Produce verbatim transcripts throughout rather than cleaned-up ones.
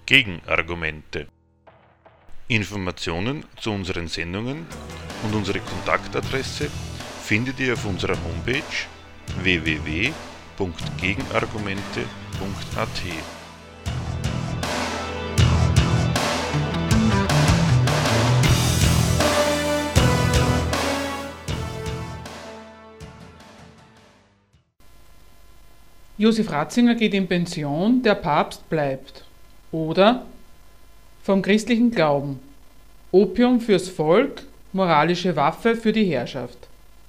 Gegenargumente. Informationen zu unseren Sendungen und unsere Kontaktadresse findet ihr auf unserer Homepage w w w punkt gegenargumente punkt a t. Josef Ratzinger geht in Pension, der Papst bleibt. Oder vom christlichen Glauben. Opium fürs Volk, moralische Waffe für die Herrschaft.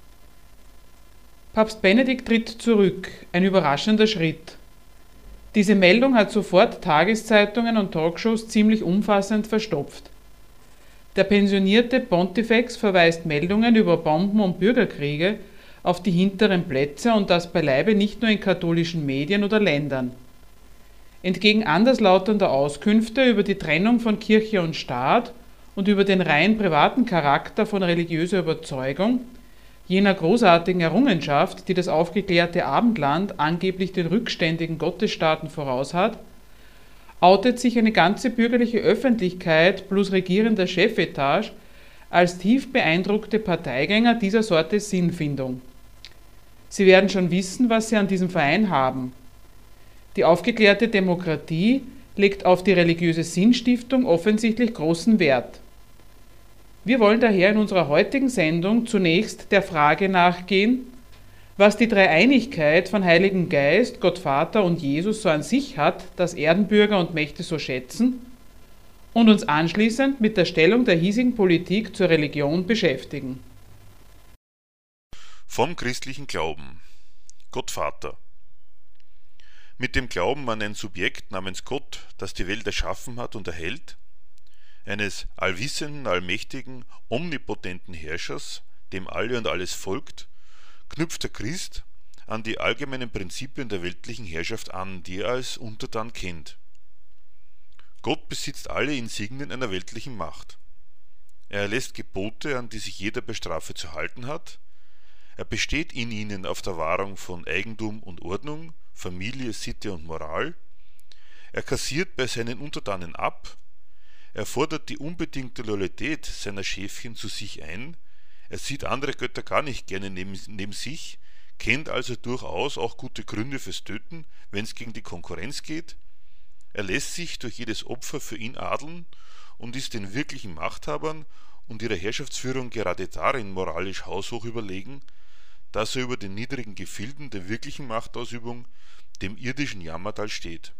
Papst Benedikt tritt zurück, ein überraschender Schritt. Diese Meldung hat sofort Tageszeitungen und Talkshows ziemlich umfassend verstopft. Der pensionierte Pontifex verweist Meldungen über Bomben und Bürgerkriege auf die hinteren Plätze und das beileibe nicht nur in katholischen Medien oder Ländern. Entgegen anderslautender Auskünfte über die Trennung von Kirche und Staat und über den rein privaten Charakter von religiöser Überzeugung, jener großartigen Errungenschaft, die das aufgeklärte Abendland angeblich den rückständigen Gottesstaaten voraus hat, outet sich eine ganze bürgerliche Öffentlichkeit plus regierender Chefetage als tief beeindruckte Parteigänger dieser Sorte Sinnfindung. Sie werden schon wissen, was Sie an diesem Verein haben. Die aufgeklärte Demokratie legt auf die religiöse Sinnstiftung offensichtlich großen Wert. Wir wollen daher in unserer heutigen Sendung zunächst der Frage nachgehen, was die Dreieinigkeit von Heiligen Geist, Gott Vater und Jesus so an sich hat, dass Erdenbürger und Mächte so schätzen, und uns anschließend mit der Stellung der hiesigen Politik zur Religion beschäftigen. Vom christlichen Glauben. Gott Vater. Mit dem Glauben an ein Subjekt namens Gott, das die Welt erschaffen hat und erhält, eines allwissenden, allmächtigen, omnipotenten Herrschers, dem alle und alles folgt, knüpft der Christ an die allgemeinen Prinzipien der weltlichen Herrschaft an, die er als Untertan kennt. Gott besitzt alle Insignien einer weltlichen Macht. Er erlässt Gebote, an die sich jeder bei Strafe zu halten hat. Er besteht in ihnen auf der Wahrung von Eigentum und Ordnung, Familie, Sitte und Moral. Er kassiert bei seinen Untertanen ab. Er fordert die unbedingte Loyalität seiner Schäfchen zu sich ein. Er sieht andere Götter gar nicht gerne neben, neben sich, kennt also durchaus auch gute Gründe fürs Töten, wenn es gegen die Konkurrenz geht. Er lässt sich durch jedes Opfer für ihn adeln und ist den wirklichen Machthabern und ihrer Herrschaftsführung gerade darin moralisch haushoch überlegen, dass er über den niedrigen Gefilden der wirklichen Machtausübung, dem irdischen Jammertal, steht.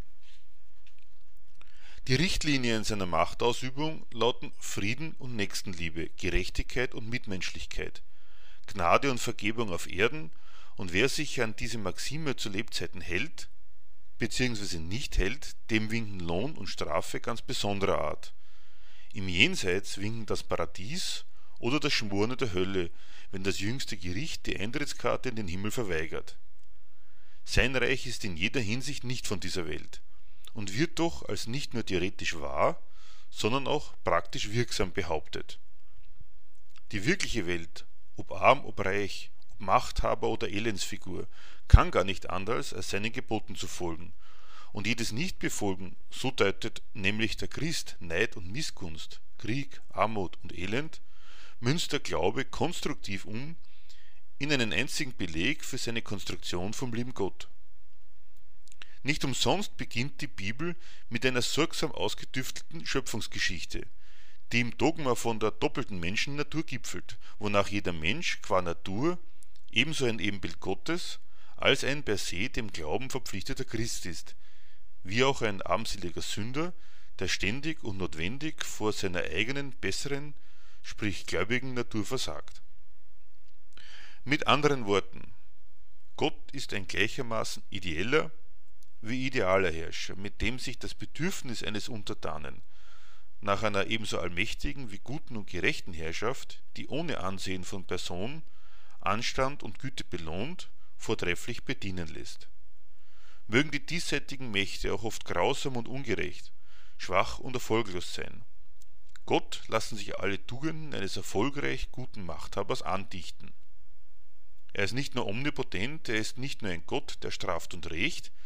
Die Richtlinien seiner Machtausübung lauten Frieden und Nächstenliebe, Gerechtigkeit und Mitmenschlichkeit, Gnade und Vergebung auf Erden, und wer sich an diese Maxime zu Lebzeiten hält, bzw. nicht hält, dem winken Lohn und Strafe ganz besonderer Art. Im Jenseits winken das Paradies oder das Schmorne der Hölle, wenn das jüngste Gericht die Eintrittskarte in den Himmel verweigert. Sein Reich ist in jeder Hinsicht nicht von dieser Welt und wird doch als nicht nur theoretisch wahr, sondern auch praktisch wirksam behauptet. Die wirkliche Welt, ob arm, ob reich, ob Machthaber oder Elendsfigur, kann gar nicht anders, als seinen Geboten zu folgen. Und jedes Nichtbefolgen, so deutet nämlich der Christ Neid und Missgunst, Krieg, Armut und Elend, münzt der Glaube konstruktiv um in einen einzigen Beleg für seine Konstruktion vom lieben Gott. Nicht umsonst beginnt die Bibel mit einer sorgsam ausgetüftelten Schöpfungsgeschichte, die im Dogma von der doppelten Menschennatur gipfelt, wonach jeder Mensch qua Natur ebenso ein Ebenbild Gottes als ein per se dem Glauben verpflichteter Christ ist, wie auch ein armseliger Sünder, der ständig und notwendig vor seiner eigenen, besseren, sprich gläubigen Natur versagt. Mit anderen Worten, Gott ist ein gleichermaßen ideeller wie idealer Herrscher, mit dem sich das Bedürfnis eines Untertanen nach einer ebenso allmächtigen wie guten und gerechten Herrschaft, die ohne Ansehen von Person, Anstand und Güte belohnt, vortrefflich bedienen lässt. Mögen die diesseitigen Mächte auch oft grausam und ungerecht, schwach und erfolglos sein. Gott lassen sich alle Tugenden eines erfolgreich guten Machthabers andichten. Er ist nicht nur omnipotent, er ist nicht nur ein Gott, der straft und rächt,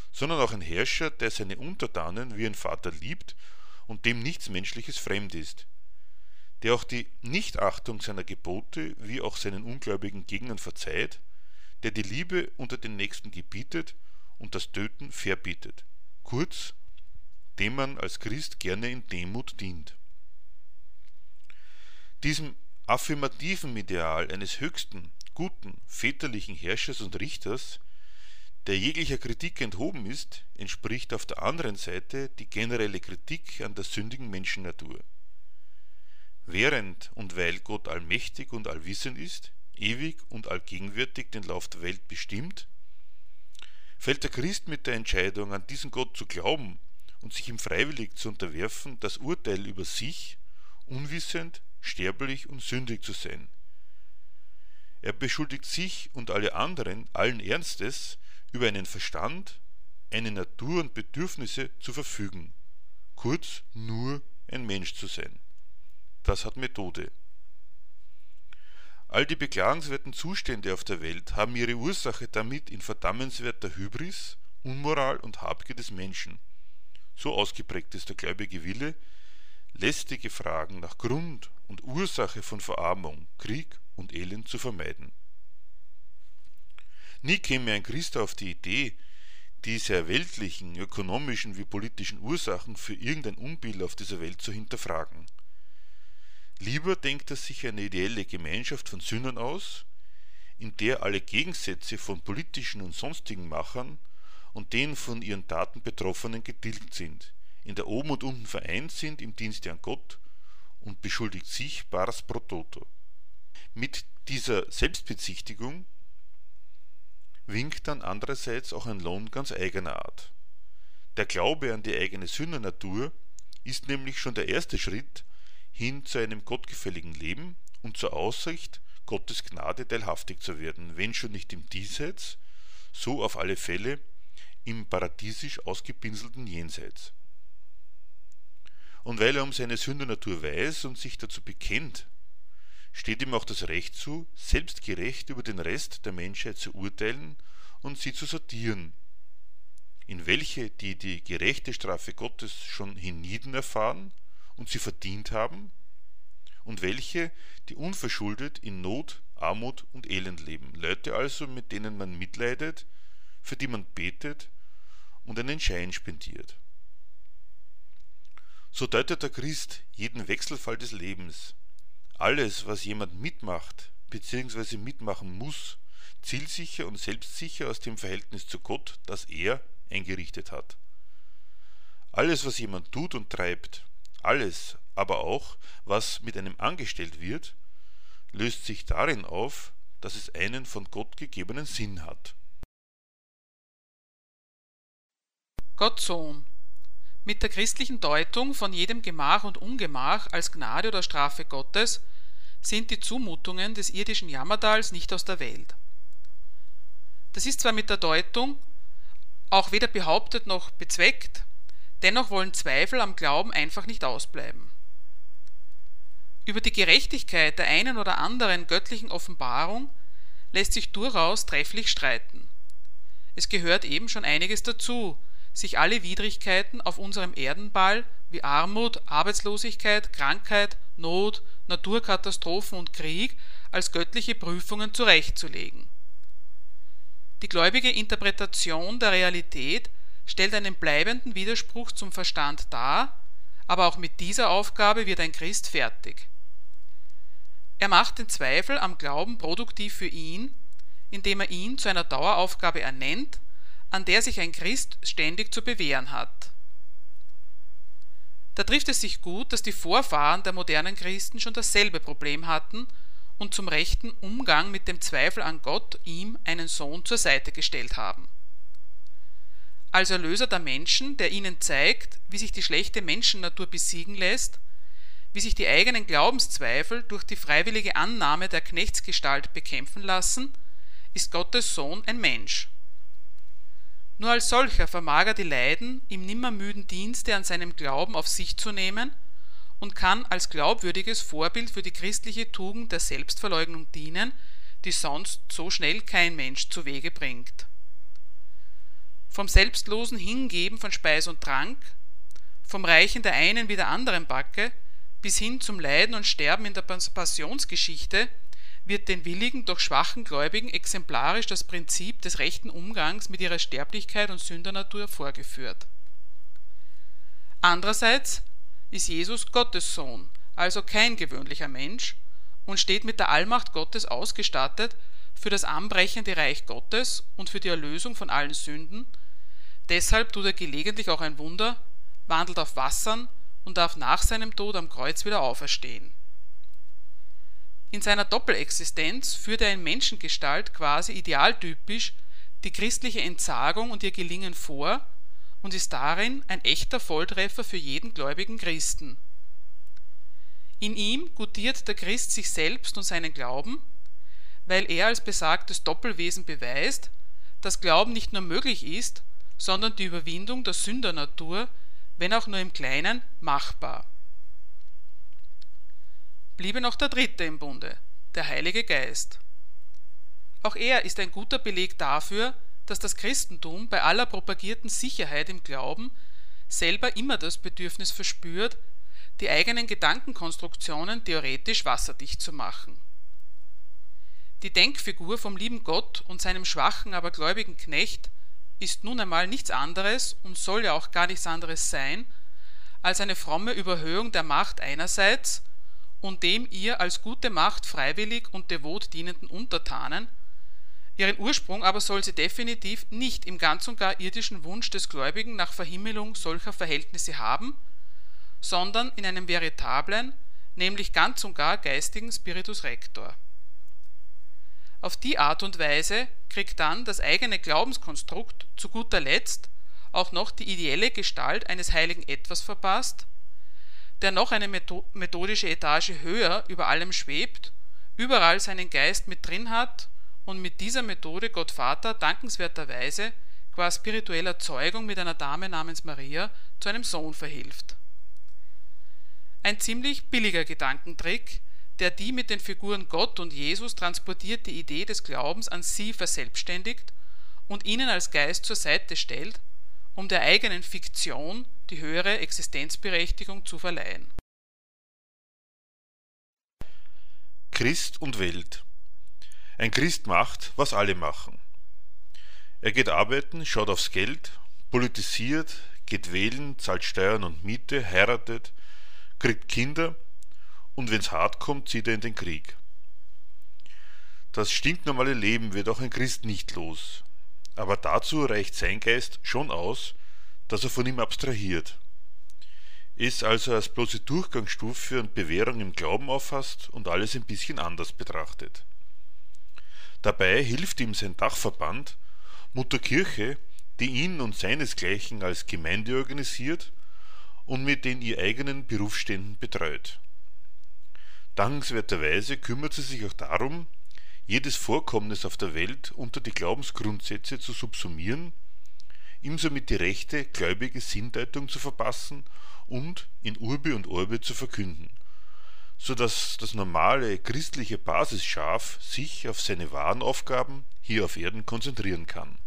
sondern auch ein Herrscher, der seine Untertanen wie ein Vater liebt und dem nichts Menschliches fremd ist, der auch die Nichtachtung seiner Gebote wie auch seinen ungläubigen Gegnern verzeiht, der die Liebe unter den Nächsten gebietet und das Töten verbietet, kurz, dem man als Christ gerne in Demut dient. Diesem affirmativen Ideal eines höchsten, guten, väterlichen Herrschers und Richters, der jeglicher Kritik enthoben ist, entspricht auf der anderen Seite die generelle Kritik an der sündigen Menschennatur. Während und weil Gott allmächtig und allwissend ist, ewig und allgegenwärtig den Lauf der Welt bestimmt, fällt der Christ mit der Entscheidung, an diesen Gott zu glauben und sich ihm freiwillig zu unterwerfen, das Urteil über sich, unwissend, sterblich und sündig zu sein. Er beschuldigt sich und alle anderen allen Ernstes, über einen Verstand, eine Natur und Bedürfnisse zu verfügen, kurz nur ein Mensch zu sein. Das hat Methode. All die beklagenswerten Zustände auf der Welt haben ihre Ursache damit in verdammenswerter Hybris, Unmoral und Habgier des Menschen. So ausgeprägt ist der gläubige Wille, lästige Fragen nach Grund und Ursache von Verarmung, Krieg und Elend zu vermeiden. Nie käme ein Christ auf die Idee, die sehr weltlichen, ökonomischen wie politischen Ursachen für irgendein Unbill auf dieser Welt zu hinterfragen. Lieber denkt er sich eine ideelle Gemeinschaft von Sündern aus, in der alle Gegensätze von politischen und sonstigen Machern und den von ihren Taten Betroffenen getilgt sind, in der oben und unten vereint sind im Dienste an Gott und beschuldigt sich pars pro toto. Mit dieser Selbstbezichtigung winkt dann andererseits auch ein Lohn ganz eigener Art. Der Glaube an die eigene Sündernatur ist nämlich schon der erste Schritt hin zu einem gottgefälligen Leben und zur Aussicht, Gottes Gnade teilhaftig zu werden, wenn schon nicht im Diesseits, so auf alle Fälle im paradiesisch ausgepinselten Jenseits. Und weil er um seine Sündernatur weiß und sich dazu bekennt, steht ihm auch das Recht zu, selbstgerecht über den Rest der Menschheit zu urteilen und sie zu sortieren, in welche die die gerechte Strafe Gottes schon hienieden erfahren und sie verdient haben, und welche die unverschuldet in Not, Armut und Elend leben, Leute also, mit denen man mitleidet, für die man betet und einen Schein spendiert. So deutet der Christ jeden Wechselfall des Lebens, alles, was jemand mitmacht bzw. mitmachen muss, zielsicher und selbstsicher aus dem Verhältnis zu Gott, das er eingerichtet hat. Alles, was jemand tut und treibt, alles, aber auch, was mit einem angestellt wird, löst sich darin auf, dass es einen von Gott gegebenen Sinn hat. Gott Sohn. Mit der christlichen Deutung von jedem Gemach und Ungemach als Gnade oder Strafe Gottes sind die Zumutungen des irdischen Jammertals nicht aus der Welt. Das ist zwar mit der Deutung auch weder behauptet noch bezweckt, dennoch wollen Zweifel am Glauben einfach nicht ausbleiben. Über die Gerechtigkeit der einen oder anderen göttlichen Offenbarung lässt sich durchaus trefflich streiten. Es gehört eben schon einiges dazu, sich alle Widrigkeiten auf unserem Erdenball wie Armut, Arbeitslosigkeit, Krankheit, Not, Naturkatastrophen und Krieg als göttliche Prüfungen zurechtzulegen. Die gläubige Interpretation der Realität stellt einen bleibenden Widerspruch zum Verstand dar, aber auch mit dieser Aufgabe wird ein Christ fertig. Er macht den Zweifel am Glauben produktiv für ihn, indem er ihn zu einer Daueraufgabe ernennt, an der sich ein Christ ständig zu bewähren hat. Da trifft es sich gut, dass die Vorfahren der modernen Christen schon dasselbe Problem hatten und zum rechten Umgang mit dem Zweifel an Gott ihm einen Sohn zur Seite gestellt haben. Als Erlöser der Menschen, der ihnen zeigt, wie sich die schlechte Menschennatur besiegen lässt, wie sich die eigenen Glaubenszweifel durch die freiwillige Annahme der Knechtsgestalt bekämpfen lassen, ist Gottes Sohn ein Mensch. Nur als solcher vermag er die Leiden im nimmermüden Dienste an seinem Glauben auf sich zu nehmen und kann als glaubwürdiges Vorbild für die christliche Tugend der Selbstverleugnung dienen, die sonst so schnell kein Mensch zu Wege bringt. vom selbstlosen Hingeben von Speis und Trank, vom Reichen der einen wie der anderen Backe, bis hin zum Leiden und Sterben in der Passionsgeschichte wird den willigen, doch schwachen Gläubigen exemplarisch das Prinzip des rechten Umgangs mit ihrer Sterblichkeit und Sündernatur vorgeführt. Andererseits ist Jesus Gottes Sohn, also kein gewöhnlicher Mensch, und steht mit der Allmacht Gottes ausgestattet für das anbrechende Reich Gottes und für die Erlösung von allen Sünden. Deshalb tut er gelegentlich auch ein Wunder, wandelt auf Wassern und darf nach seinem Tod am Kreuz wieder auferstehen. In seiner Doppelexistenz führt er in Menschengestalt quasi idealtypisch die christliche Entsagung und ihr Gelingen vor und ist darin ein echter Volltreffer für jeden gläubigen Christen. In ihm gutiert der Christ sich selbst und seinen Glauben, weil er als besagtes Doppelwesen beweist, dass Glauben nicht nur möglich ist, sondern die Überwindung der Sündernatur, wenn auch nur im Kleinen, machbar. Bliebe noch der Dritte im Bunde, der Heilige Geist. Auch er ist ein guter Beleg dafür, dass das Christentum bei aller propagierten Sicherheit im Glauben selber immer das Bedürfnis verspürt, die eigenen Gedankenkonstruktionen theoretisch wasserdicht zu machen. Die Denkfigur vom lieben Gott und seinem schwachen, aber gläubigen Knecht ist nun einmal nichts anderes und soll ja auch gar nichts anderes sein, als eine fromme Überhöhung der Macht einerseits und dem ihr als gute Macht freiwillig und devot dienenden Untertanen. Ihren Ursprung aber soll sie definitiv nicht im ganz und gar irdischen Wunsch des Gläubigen nach Verhimmelung solcher Verhältnisse haben, sondern in einem veritablen, nämlich ganz und gar geistigen Spiritus Rector. Auf die Art und Weise kriegt dann das eigene Glaubenskonstrukt zu guter Letzt auch noch die ideelle Gestalt eines heiligen Etwas verpasst, der noch eine methodische Etage höher über allem schwebt, überall seinen Geist mit drin hat und mit dieser Methode Gott Vater dankenswerterweise qua spiritueller Zeugung mit einer Dame namens Maria zu einem Sohn verhilft. Ein ziemlich billiger Gedankentrick, der die mit den Figuren Gott und Jesus transportierte Idee des Glaubens an sie verselbstständigt und ihnen als Geist zur Seite stellt, um der eigenen Fiktion die höhere Existenzberechtigung zu verleihen. Christ und Welt. Ein Christ macht, was alle machen. Er geht arbeiten, schaut aufs Geld, politisiert, geht wählen, zahlt Steuern und Miete, heiratet, kriegt Kinder und wenn's hart kommt, zieht er in den Krieg. Das stinknormale Leben wird auch ein Christ nicht los, aber dazu reicht sein Geist schon aus, dass er von ihm abstrahiert, es also als bloße Durchgangsstufe und Bewährung im Glauben auffasst und alles ein bisschen anders betrachtet. Dabei hilft ihm sein Dachverband, Mutter Kirche, die ihn und seinesgleichen als Gemeinde organisiert und mit den ihr eigenen Berufsständen betreut. Dankenswerterweise kümmert sie sich auch darum, jedes Vorkommnis auf der Welt unter die Glaubensgrundsätze zu subsumieren, ihm somit die rechte, gläubige Sinndeutung zu verpassen und in Urbe und Orbe zu verkünden, so dass das normale christliche Basisschaf sich auf seine wahren Aufgaben hier auf Erden konzentrieren kann.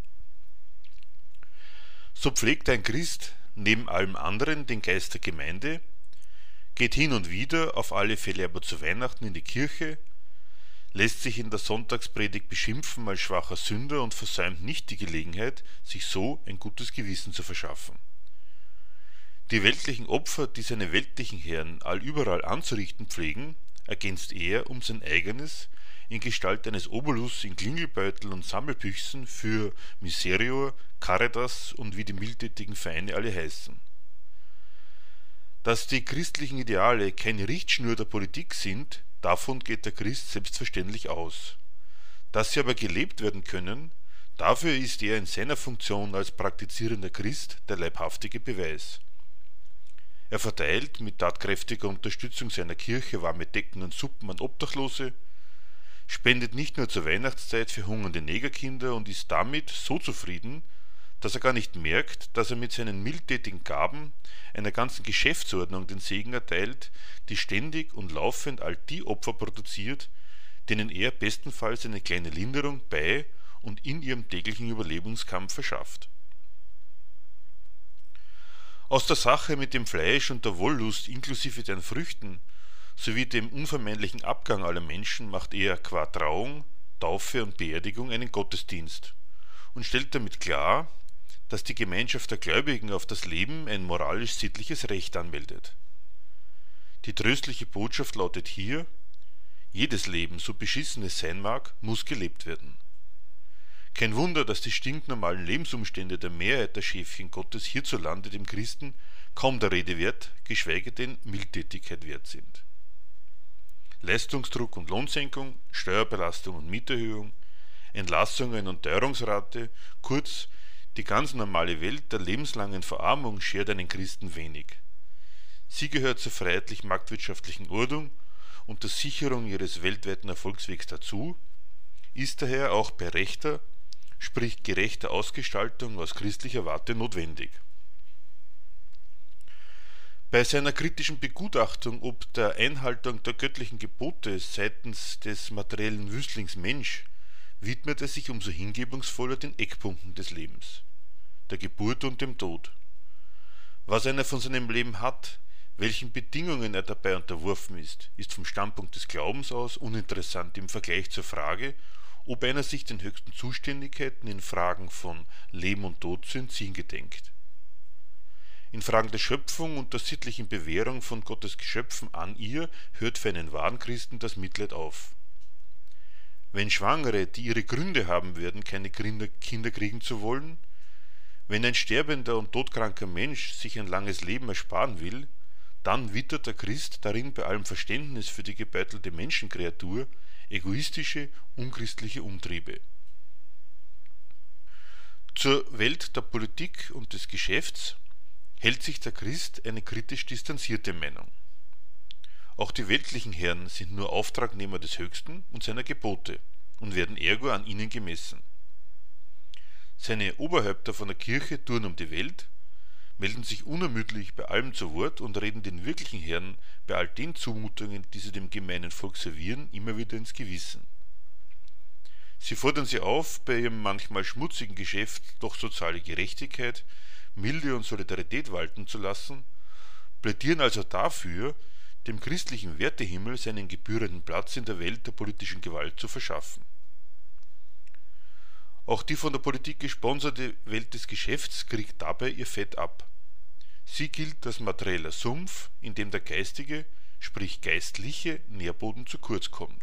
So pflegt ein Christ neben allem anderen den Geist der Gemeinde, geht hin und wieder, auf alle Fälle aber zu Weihnachten in die Kirche, lässt sich in der Sonntagspredigt beschimpfen als schwacher Sünder und versäumt nicht die Gelegenheit, sich so ein gutes Gewissen zu verschaffen. Die weltlichen Opfer, die seine weltlichen Herren allüberall anzurichten pflegen, ergänzt er um sein eigenes in Gestalt eines Obolus in Klingelbeutel und Sammelbüchsen für Miserior, Caritas und wie die mildtätigen Vereine alle heißen. Dass die christlichen Ideale keine Richtschnur der Politik sind, davon geht der Christ selbstverständlich aus. Dass sie aber gelebt werden können, dafür ist er in seiner Funktion als praktizierender Christ der leibhaftige Beweis. Er verteilt mit tatkräftiger Unterstützung seiner Kirche warme Decken und Suppen an Obdachlose, spendet nicht nur zur Weihnachtszeit für hungernde Negerkinder und ist damit so zufrieden, dass er gar nicht merkt, dass er mit seinen mildtätigen Gaben einer ganzen Geschäftsordnung den Segen erteilt, die ständig und laufend all die Opfer produziert, denen er bestenfalls eine kleine Linderung bei und in ihrem täglichen Überlebungskampf verschafft. Aus der Sache mit dem Fleisch und der Wollust inklusive deren Früchten sowie dem unvermeidlichen Abgang aller Menschen macht er qua Trauung, Taufe und Beerdigung einen Gottesdienst und stellt damit klar, dass die Gemeinschaft der Gläubigen auf das Leben ein moralisch-sittliches Recht anmeldet. Die tröstliche Botschaft lautet hier: Jedes Leben, so beschissen es sein mag, muss gelebt werden. Kein Wunder, dass die stinknormalen Lebensumstände der Mehrheit der Schäfchen Gottes hierzulande dem Christen kaum der Rede wert, geschweige denn Mildtätigkeit wert sind. Leistungsdruck und Lohnsenkung, Steuerbelastung und Mieterhöhung, Entlassungen und Teuerungsrate, kurz die ganz normale Welt der lebenslangen Verarmung schert einen Christen wenig. Sie gehört zur freiheitlich-marktwirtschaftlichen Ordnung und der Sicherung ihres weltweiten Erfolgswegs dazu, ist daher auch bei rechter, sprich gerechter Ausgestaltung aus christlicher Warte notwendig. Bei seiner kritischen Begutachtung ob der Einhaltung der göttlichen Gebote seitens des materiellen Wüstlings Mensch widmet er sich umso hingebungsvoller den Eckpunkten des Lebens, der Geburt und dem Tod. Was einer von seinem Leben hat, welchen Bedingungen er dabei unterworfen ist, ist vom Standpunkt des Glaubens aus uninteressant im Vergleich zur Frage, ob einer sich den höchsten Zuständigkeiten in Fragen von Leben und Tod zu entziehen gedenkt. In Fragen der Schöpfung und der sittlichen Bewährung von Gottes Geschöpfen an ihr hört für einen wahren Christen das Mitleid auf. Wenn Schwangere, die ihre Gründe haben werden, keine Kinder kriegen zu wollen, wenn ein sterbender und todkranker Mensch sich ein langes Leben ersparen will, dann wittert der Christ darin bei allem Verständnis für die gebeutelte Menschenkreatur egoistische, unchristliche Umtriebe. Zur Welt der Politik und des Geschäfts hält sich der Christ eine kritisch distanzierte Meinung. Auch die weltlichen Herren sind nur Auftragnehmer des Höchsten und seiner Gebote und werden ergo an ihnen gemessen. Seine Oberhäupter von der Kirche touren um die Welt, melden sich unermüdlich bei allem zu Wort und reden den wirklichen Herren bei all den Zumutungen, die sie dem gemeinen Volk servieren, immer wieder ins Gewissen. Sie fordern sie auf, bei ihrem manchmal schmutzigen Geschäft doch soziale Gerechtigkeit, Milde und Solidarität walten zu lassen, plädieren also dafür, dem christlichen Wertehimmel seinen gebührenden Platz in der Welt der politischen Gewalt zu verschaffen. Auch die von der Politik gesponserte Welt des Geschäfts kriegt dabei ihr Fett ab. Sie gilt als materieller Sumpf, in dem der geistige, sprich geistliche Nährboden zu kurz kommt.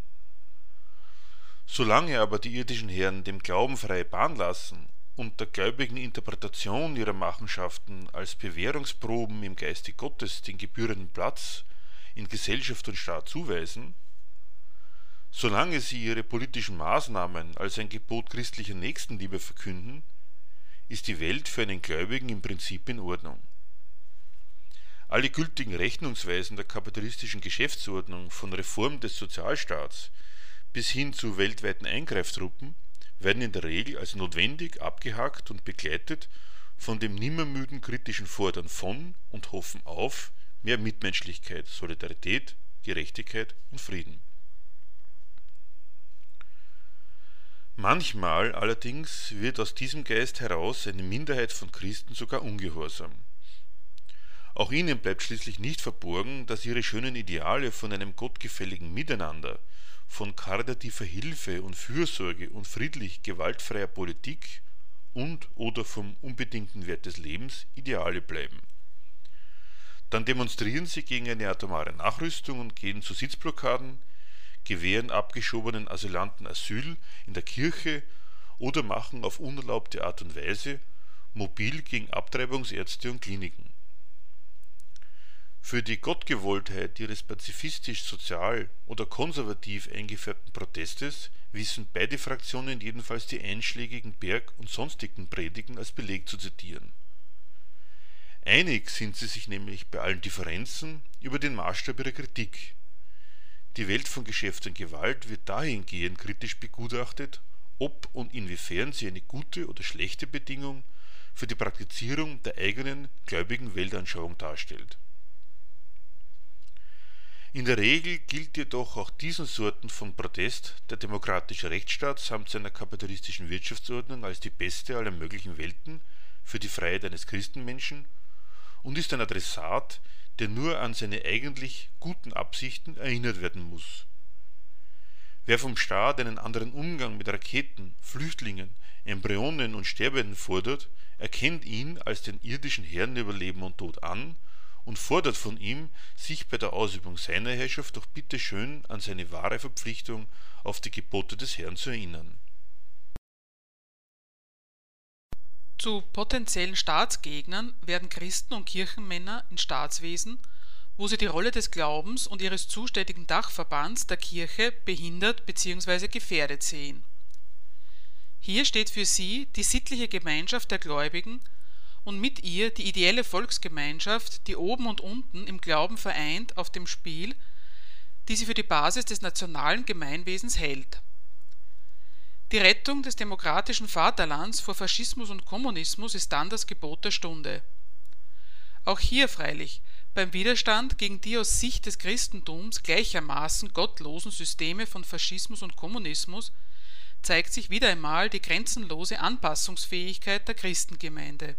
Solange aber die irdischen Herren dem Glauben freie Bahn lassen und der gläubigen Interpretation ihrer Machenschaften als Bewährungsproben im Geiste Gottes den gebührenden Platz in Gesellschaft und Staat zuweisen, solange sie ihre politischen Maßnahmen als ein Gebot christlicher Nächstenliebe verkünden, ist die Welt für einen Gläubigen im Prinzip in Ordnung. Alle gültigen Rechnungsweisen der kapitalistischen Geschäftsordnung von Reform des Sozialstaats bis hin zu weltweiten Eingreiftruppen werden in der Regel als notwendig abgehakt und begleitet von dem nimmermüden kritischen Fordern von und Hoffen auf mehr Mitmenschlichkeit, Solidarität, Gerechtigkeit und Frieden. Manchmal allerdings wird aus diesem Geist heraus eine Minderheit von Christen sogar ungehorsam. Auch ihnen bleibt schließlich nicht verborgen, dass ihre schönen Ideale von einem gottgefälligen Miteinander, von karitativer Hilfe und Fürsorge und friedlich gewaltfreier Politik und oder vom unbedingten Wert des Lebens Ideale bleiben. Dann demonstrieren sie gegen eine atomare Nachrüstung und gehen zu Sitzblockaden, gewähren abgeschobenen Asylanten Asyl in der Kirche oder machen auf unerlaubte Art und Weise mobil gegen Abtreibungsärzte und Kliniken. Für die Gottgewolltheit ihres pazifistisch, sozial oder konservativ eingefärbten Protestes wissen beide Fraktionen jedenfalls die einschlägigen Berg- und sonstigen Predigen als Beleg zu zitieren. Einig sind sie sich nämlich bei allen Differenzen über den Maßstab ihrer Kritik. Die Welt von Geschäft und Gewalt wird dahingehend kritisch begutachtet, ob und inwiefern sie eine gute oder schlechte Bedingung für die Praktizierung der eigenen gläubigen Weltanschauung darstellt. In der Regel gilt jedoch auch diesen Sorten von Protest der demokratische Rechtsstaat samt seiner kapitalistischen Wirtschaftsordnung als die beste aller möglichen Welten für die Freiheit eines Christenmenschen und ist ein Adressat, der nur an seine eigentlich guten Absichten erinnert werden muss. Wer vom Staat einen anderen Umgang mit Raketen, Flüchtlingen, Embryonen und Sterbenden fordert, erkennt ihn als den irdischen Herrn über Leben und Tod an und fordert von ihm, sich bei der Ausübung seiner Herrschaft doch bitte schön an seine wahre Verpflichtung auf die Gebote des Herrn zu erinnern. Zu potenziellen Staatsgegnern werden Christen und Kirchenmänner in Staatswesen, wo sie die Rolle des Glaubens und ihres zuständigen Dachverbands der Kirche behindert bzw. gefährdet sehen. Hier steht für sie die sittliche Gemeinschaft der Gläubigen und mit ihr die ideelle Volksgemeinschaft, die oben und unten im Glauben vereint, auf dem Spiel, die sie für die Basis des nationalen Gemeinwesens hält. Die Rettung des demokratischen Vaterlands vor Faschismus und Kommunismus ist dann das Gebot der Stunde. Auch hier freilich, beim Widerstand gegen die aus Sicht des Christentums gleichermaßen gottlosen Systeme von Faschismus und Kommunismus, zeigt sich wieder einmal die grenzenlose Anpassungsfähigkeit der Christengemeinde.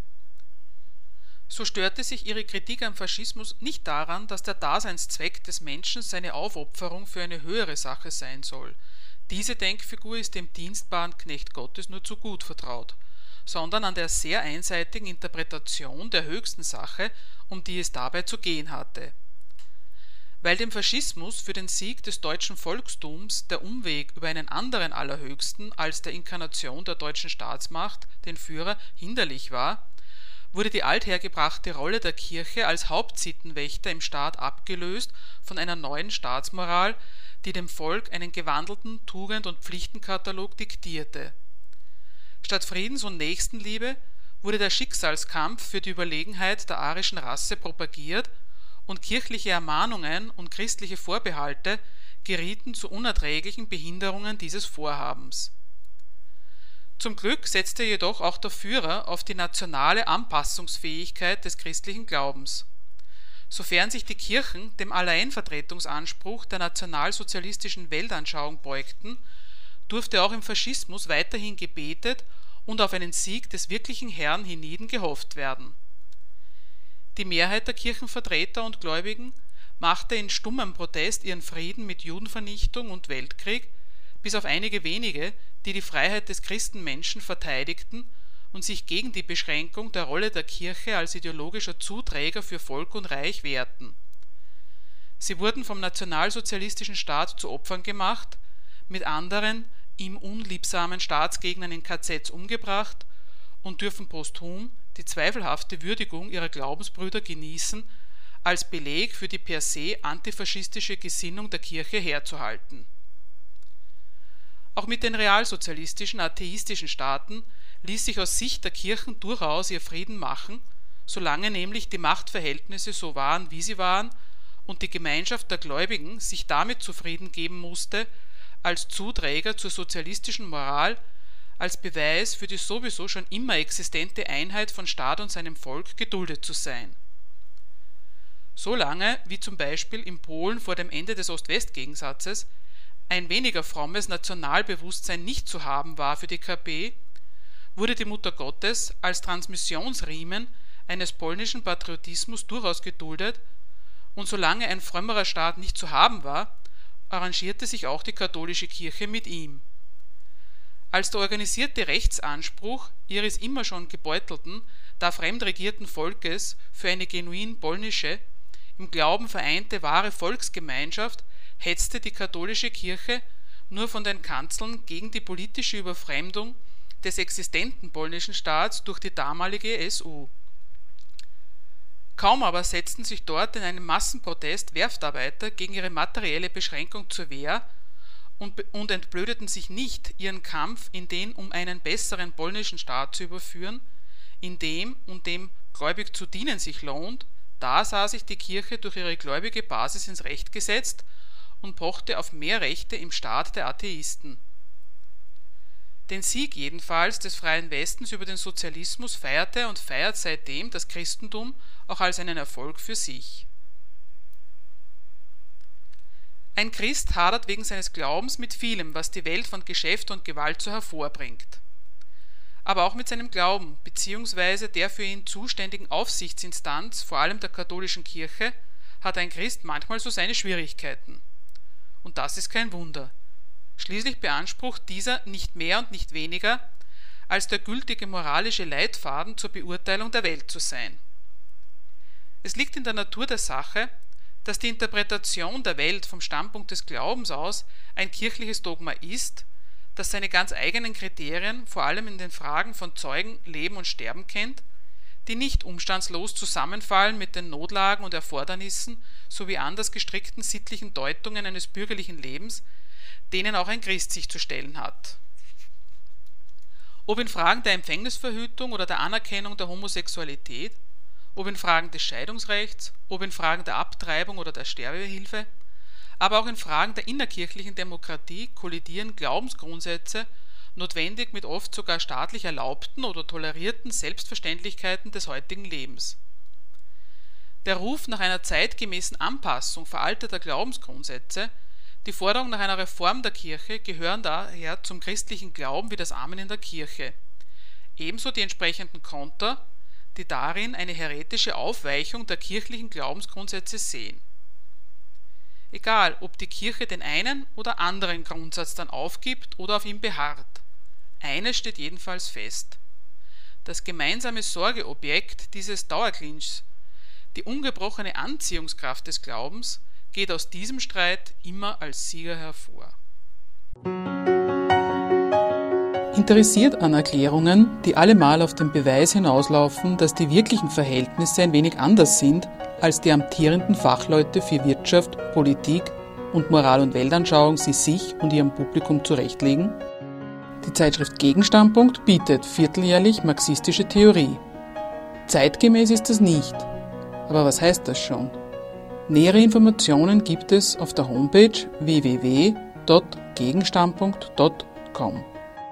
So störte sich ihre Kritik am Faschismus nicht daran, dass der Daseinszweck des Menschen seine Aufopferung für eine höhere Sache sein soll. Diese Denkfigur ist dem dienstbaren Knecht Gottes nur zu gut vertraut, sondern an der sehr einseitigen Interpretation der höchsten Sache, um die es dabei zu gehen hatte. Weil dem Faschismus für den Sieg des deutschen Volkstums der Umweg über einen anderen Allerhöchsten als der Inkarnation der deutschen Staatsmacht, den Führer, hinderlich war, wurde die althergebrachte Rolle der Kirche als Hauptsittenwächter im Staat abgelöst von einer neuen Staatsmoral, die dem Volk einen gewandelten Tugend- und Pflichtenkatalog diktierte. Statt Friedens- und Nächstenliebe wurde der Schicksalskampf für die Überlegenheit der arischen Rasse propagiert und kirchliche Ermahnungen und christliche Vorbehalte gerieten zu unerträglichen Behinderungen dieses Vorhabens. Zum Glück setzte jedoch auch der Führer auf die nationale Anpassungsfähigkeit des christlichen Glaubens. Sofern sich die Kirchen dem Alleinvertretungsanspruch der nationalsozialistischen Weltanschauung beugten, durfte auch im Faschismus weiterhin gebetet und auf einen Sieg des wirklichen Herrn hienieden gehofft werden. Die Mehrheit der Kirchenvertreter und Gläubigen machte in stummem Protest ihren Frieden mit Judenvernichtung und Weltkrieg, bis auf einige wenige, die die Freiheit des Christenmenschen verteidigten und sich gegen die Beschränkung der Rolle der Kirche als ideologischer Zuträger für Volk und Reich wehrten. Sie wurden vom nationalsozialistischen Staat zu Opfern gemacht, mit anderen, ihm unliebsamen Staatsgegnern in K Zs umgebracht und dürfen posthum die zweifelhafte Würdigung ihrer Glaubensbrüder genießen, als Beleg für die per se antifaschistische Gesinnung der Kirche herzuhalten. Auch mit den realsozialistischen, atheistischen Staaten ließ sich aus Sicht der Kirchen durchaus ihr Frieden machen, solange nämlich die Machtverhältnisse so waren, wie sie waren, und die Gemeinschaft der Gläubigen sich damit zufrieden geben musste, als Zuträger zur sozialistischen Moral, als Beweis für die sowieso schon immer existente Einheit von Staat und seinem Volk geduldet zu sein. Solange, wie zum Beispiel in Polen vor dem Ende des Ost-West-Gegensatzes, ein weniger frommes Nationalbewusstsein nicht zu haben war für die K P, wurde die Mutter Gottes als Transmissionsriemen eines polnischen Patriotismus durchaus geduldet, und solange ein frömmerer Staat nicht zu haben war, arrangierte sich auch die katholische Kirche mit ihm. Als der organisierte Rechtsanspruch ihres immer schon gebeutelten, da fremdregierten Volkes für eine genuin polnische, im Glauben vereinte wahre Volksgemeinschaft hetzte die katholische Kirche nur von den Kanzeln gegen die politische Überfremdung des existenten polnischen Staats durch die damalige S U. Kaum aber setzten sich dort in einem Massenprotest Werftarbeiter gegen ihre materielle Beschränkung zur Wehr und, und entblödeten sich nicht, ihren Kampf in den um einen besseren polnischen Staat zu überführen, in dem und dem gläubig zu dienen sich lohnt, da sah sich die Kirche durch ihre gläubige Basis ins Recht gesetzt und pochte auf mehr Rechte im Staat der Atheisten. Den Sieg jedenfalls des freien Westens über den Sozialismus feierte und feiert seitdem das Christentum auch als einen Erfolg für sich. Ein Christ hadert wegen seines Glaubens mit vielem, was die Welt von Geschäft und Gewalt so hervorbringt. aber auch mit seinem Glauben bzw. der für ihn zuständigen Aufsichtsinstanz, vor allem der katholischen Kirche, hat ein Christ manchmal so seine Schwierigkeiten. Und das ist kein Wunder. Schließlich beansprucht dieser nicht mehr und nicht weniger, als der gültige moralische Leitfaden zur Beurteilung der Welt zu sein. Es liegt in der Natur der Sache, dass die Interpretation der Welt vom Standpunkt des Glaubens aus ein kirchliches Dogma ist, das seine ganz eigenen Kriterien, vor allem in den Fragen von Zeugen, Leben und Sterben kennt, die nicht umstandslos zusammenfallen mit den Notlagen und Erfordernissen sowie anders gestrickten sittlichen Deutungen eines bürgerlichen Lebens, denen auch ein Christ sich zu stellen hat. Ob in Fragen der Empfängnisverhütung oder der Anerkennung der Homosexualität, ob in Fragen des Scheidungsrechts, ob in Fragen der Abtreibung oder der Sterbehilfe, aber auch in Fragen der innerkirchlichen Demokratie kollidieren Glaubensgrundsätze notwendig mit oft sogar staatlich erlaubten oder tolerierten Selbstverständlichkeiten des heutigen Lebens. Der Ruf nach einer zeitgemäßen Anpassung veralteter Glaubensgrundsätze, die Forderung nach einer Reform der Kirche gehören daher zum christlichen Glauben wie das Amen in der Kirche, ebenso die entsprechenden Konter, die darin eine häretische Aufweichung der kirchlichen Glaubensgrundsätze sehen. Egal, ob die Kirche den einen oder anderen Grundsatz dann aufgibt oder auf ihm beharrt. Eines steht jedenfalls fest: Das gemeinsame Sorgeobjekt dieses Dauerclinchs, die ungebrochene Anziehungskraft des Glaubens, geht aus diesem Streit immer als Sieger hervor. Interessiert an Erklärungen, die allemal auf den Beweis hinauslaufen, dass die wirklichen Verhältnisse ein wenig anders sind, als die amtierenden Fachleute für Wirtschaft, Politik und Moral- und Weltanschauung sie sich und ihrem Publikum zurechtlegen? Die Zeitschrift Gegenstandpunkt bietet vierteljährlich marxistische Theorie. Zeitgemäß ist das nicht. Aber was heißt das schon? Nähere Informationen gibt es auf der Homepage w w w punkt gegenstandpunkt punkt com.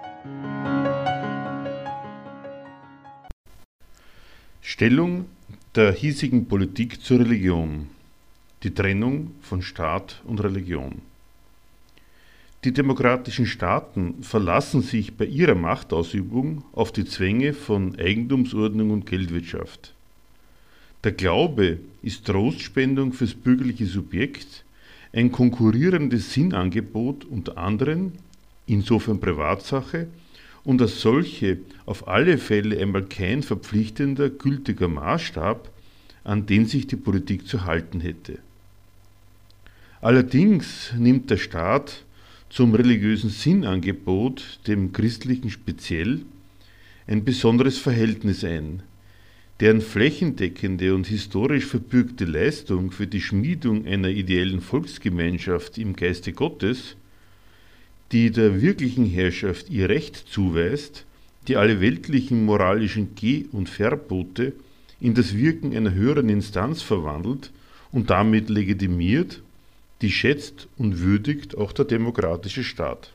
Stellung der hiesigen Politik zur Religion. Die Trennung von Staat und Religion. Die demokratischen Staaten verlassen sich bei ihrer Machtausübung auf die Zwänge von Eigentumsordnung und Geldwirtschaft. Der Glaube ist Trostspendung fürs bürgerliche Subjekt, ein konkurrierendes Sinnangebot unter anderem, insofern Privatsache, und als solche auf alle Fälle einmal kein verpflichtender, gültiger Maßstab, an den sich die Politik zu halten hätte. Allerdings nimmt der Staat zum religiösen Sinnangebot, dem christlichen speziell, ein besonderes Verhältnis ein, deren flächendeckende und historisch verbürgte Leistung für die Schmiedung einer ideellen Volksgemeinschaft im Geiste Gottes, die der wirklichen Herrschaft ihr Recht zuweist, die alle weltlichen moralischen Geh- und Verbote in das Wirken einer höheren Instanz verwandelt und damit legitimiert, die schätzt und würdigt auch der demokratische Staat.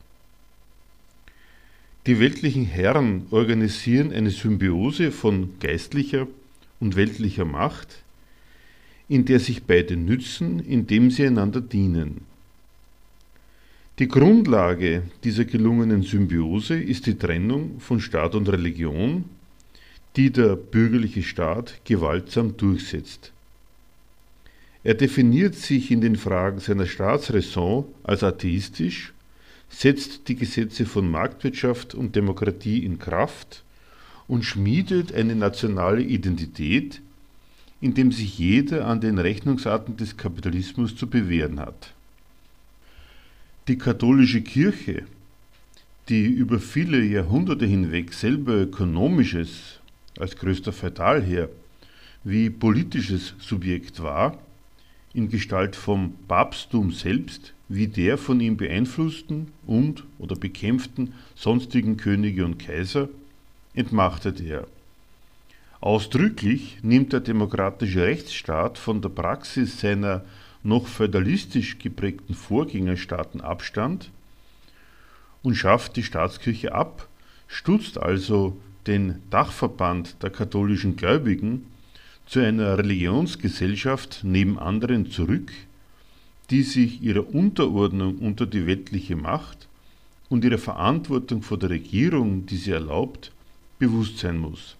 Die weltlichen Herren organisieren eine Symbiose von geistlicher und weltlicher Macht, in der sich beide nützen, indem sie einander dienen. Die Grundlage dieser gelungenen Symbiose ist die Trennung von Staat und Religion, die der bürgerliche Staat gewaltsam durchsetzt. Er definiert sich in den Fragen seiner Staatsräson als atheistisch, setzt die Gesetze von Marktwirtschaft und Demokratie in Kraft und schmiedet eine nationale Identität, indem sich jeder an den Rechnungsarten des Kapitalismus zu bewähren hat. Die katholische Kirche, die über viele Jahrhunderte hinweg selber ökonomisches, als größter Feudalherr, wie politisches Subjekt war, in Gestalt vom Papsttum selbst, wie der von ihm beeinflussten und oder bekämpften sonstigen Könige und Kaiser, entmachtet er. Ausdrücklich nimmt der demokratische Rechtsstaat von der Praxis seiner noch feudalistisch geprägten Vorgängerstaaten Abstand und schafft die Staatskirche ab, stutzt also den Dachverband der katholischen Gläubigen zu einer Religionsgesellschaft neben anderen zurück, die sich ihrer Unterordnung unter die weltliche Macht und ihrer Verantwortung vor der Regierung, die sie erlaubt, bewusst sein muss.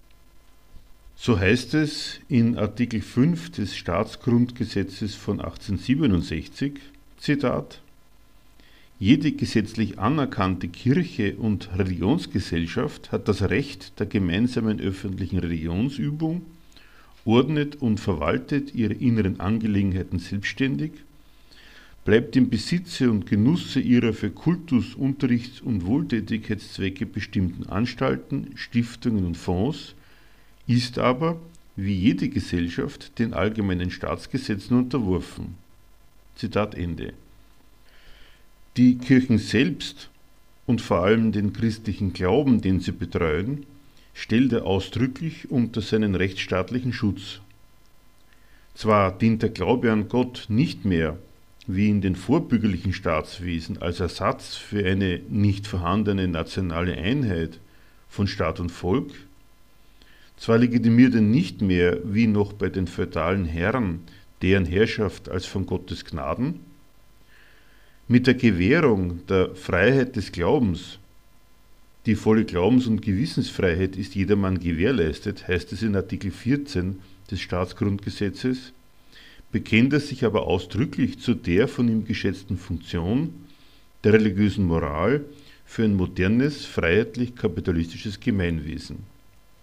So heißt es in Artikel fünf des Staatsgrundgesetzes von achtzehnhundertsiebenundsechzig, Zitat: Jede gesetzlich anerkannte Kirche und Religionsgesellschaft hat das Recht der gemeinsamen öffentlichen Religionsübung, ordnet und verwaltet ihre inneren Angelegenheiten selbstständig, bleibt im Besitze und Genusse ihrer für Kultus-, Unterrichts- und Wohltätigkeitszwecke bestimmten Anstalten, Stiftungen und Fonds, ist aber, wie jede Gesellschaft, den allgemeinen Staatsgesetzen unterworfen. Zitat Ende. Die Kirchen selbst und vor allem den christlichen Glauben, den sie betreuen, stellt er ausdrücklich unter seinen rechtsstaatlichen Schutz. Zwar dient der Glaube an Gott nicht mehr, wie in den vorbürgerlichen Staatswesen, als Ersatz für eine nicht vorhandene nationale Einheit von Staat und Volk, zwar legitimiert er nicht mehr, wie noch bei den feudalen Herren, deren Herrschaft als von Gottes Gnaden. Mit der Gewährung der Freiheit des Glaubens, die volle Glaubens- und Gewissensfreiheit ist jedermann gewährleistet, heißt es in Artikel vierzehn des Staatsgrundgesetzes, bekennt er sich aber ausdrücklich zu der von ihm geschätzten Funktion der religiösen Moral für ein modernes, freiheitlich-kapitalistisches Gemeinwesen.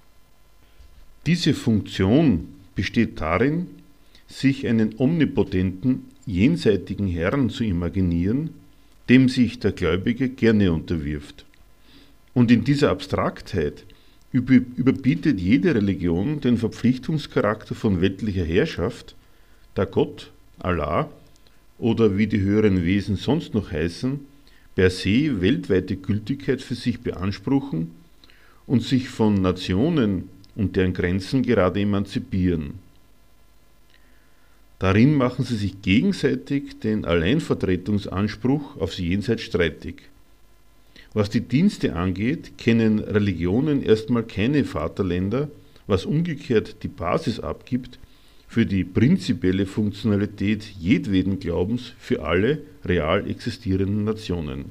Diese Funktion besteht darin, sich einen omnipotenten, jenseitigen Herrn zu imaginieren, dem sich der Gläubige gerne unterwirft. Und in dieser Abstraktheit überbietet jede Religion den Verpflichtungscharakter von weltlicher Herrschaft, da Gott, Allah oder wie die höheren Wesen sonst noch heißen, per se weltweite Gültigkeit für sich beanspruchen und sich von Nationen und deren Grenzen gerade emanzipieren. Darin machen sie sich gegenseitig den Alleinvertretungsanspruch aufs Jenseits streitig. Was die Dienste angeht, kennen Religionen erstmal keine Vaterländer, was umgekehrt die Basis abgibt für die prinzipielle Funktionalität jedweden Glaubens für alle real existierenden Nationen.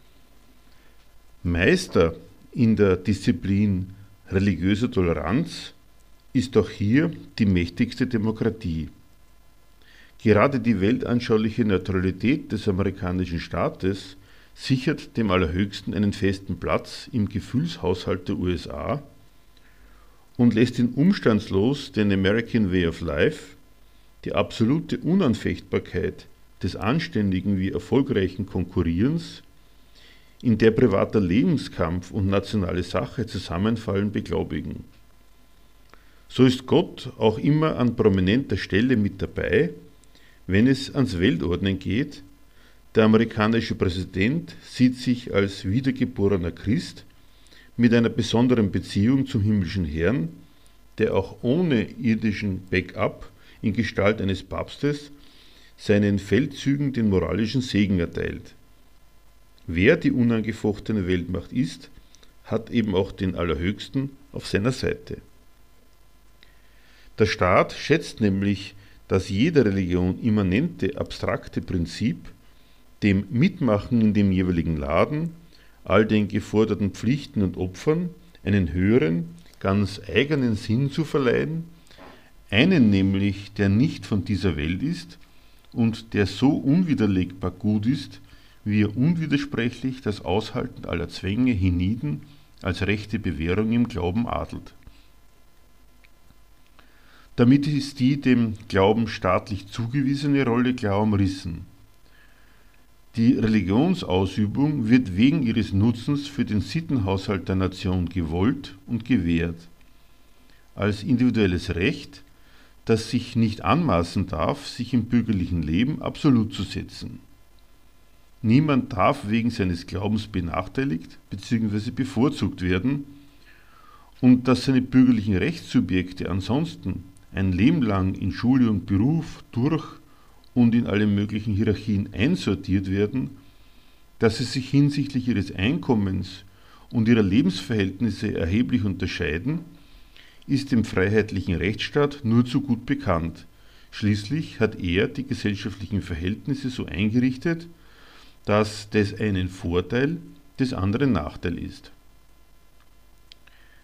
Meister in der Disziplin religiöser Toleranz ist auch hier die mächtigste Demokratie. Gerade die weltanschauliche Neutralität des amerikanischen Staates sichert dem Allerhöchsten einen festen Platz im Gefühlshaushalt der U S A und lässt ihn umstandslos den American Way of Life, die absolute Unanfechtbarkeit des anständigen wie erfolgreichen Konkurrierens, in der privater Lebenskampf und nationale Sache zusammenfallen, beglaubigen. So ist Gott auch immer an prominenter Stelle mit dabei, wenn es ans Weltordnen geht. Der amerikanische Präsident sieht sich als wiedergeborener Christ mit einer besonderen Beziehung zum himmlischen Herrn, der auch ohne irdischen Backup in Gestalt eines Papstes seinen Feldzügen den moralischen Segen erteilt. Wer die unangefochtene Weltmacht ist, hat eben auch den Allerhöchsten auf seiner Seite. Der Staat schätzt nämlich das jeder Religion immanente abstrakte Prinzip, dem Mitmachen in dem jeweiligen Laden, all den geforderten Pflichten und Opfern einen höheren, ganz eigenen Sinn zu verleihen, einen nämlich, der nicht von dieser Welt ist und der so unwiderlegbar gut ist, wie er unwidersprechlich das Aushalten aller Zwänge hienieden als rechte Bewährung im Glauben adelt. Damit ist die dem Glauben staatlich zugewiesene Rolle klar umrissen. Die Religionsausübung wird wegen ihres Nutzens für den Sittenhaushalt der Nation gewollt und gewährt. Als individuelles Recht, das sich nicht anmaßen darf, sich im bürgerlichen Leben absolut zu setzen. Niemand darf wegen seines Glaubens benachteiligt bzw. bevorzugt werden, und dass seine bürgerlichen Rechtssubjekte ansonsten ein Leben lang in Schule und Beruf durch und in alle möglichen Hierarchien einsortiert werden, dass sie sich hinsichtlich ihres Einkommens und ihrer Lebensverhältnisse erheblich unterscheiden, ist dem freiheitlichen Rechtsstaat nur zu gut bekannt. Schließlich hat er die gesellschaftlichen Verhältnisse so eingerichtet, dass des einen Vorteil, des anderen Nachteil ist.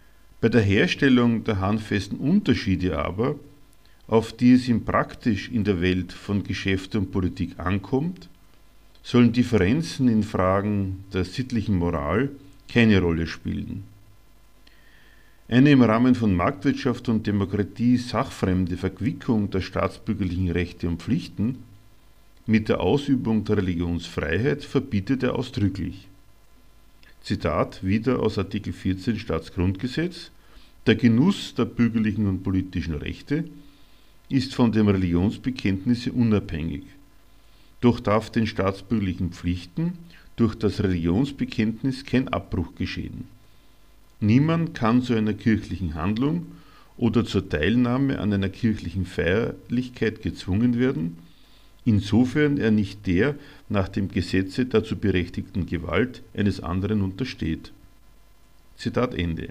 Bei der Herstellung der handfesten Unterschiede aber, auf die es ihm praktisch in der Welt von Geschäft und Politik ankommt, sollen Differenzen in Fragen der sittlichen Moral keine Rolle spielen. Eine im Rahmen von Marktwirtschaft und Demokratie sachfremde Verquickung der staatsbürgerlichen Rechte und Pflichten mit der Ausübung der Religionsfreiheit verbietet er ausdrücklich. Zitat wieder aus Artikel vierzehn Staatsgrundgesetz: Der Genuss der bürgerlichen und politischen Rechte ist von dem Religionsbekenntnisse unabhängig. Doch darf den staatsbürgerlichen Pflichten durch das Religionsbekenntnis kein Abbruch geschehen. Niemand kann zu einer kirchlichen Handlung oder zur Teilnahme an einer kirchlichen Feierlichkeit gezwungen werden, insofern er nicht der nach dem Gesetze dazu berechtigten Gewalt eines anderen untersteht. Zitat Ende.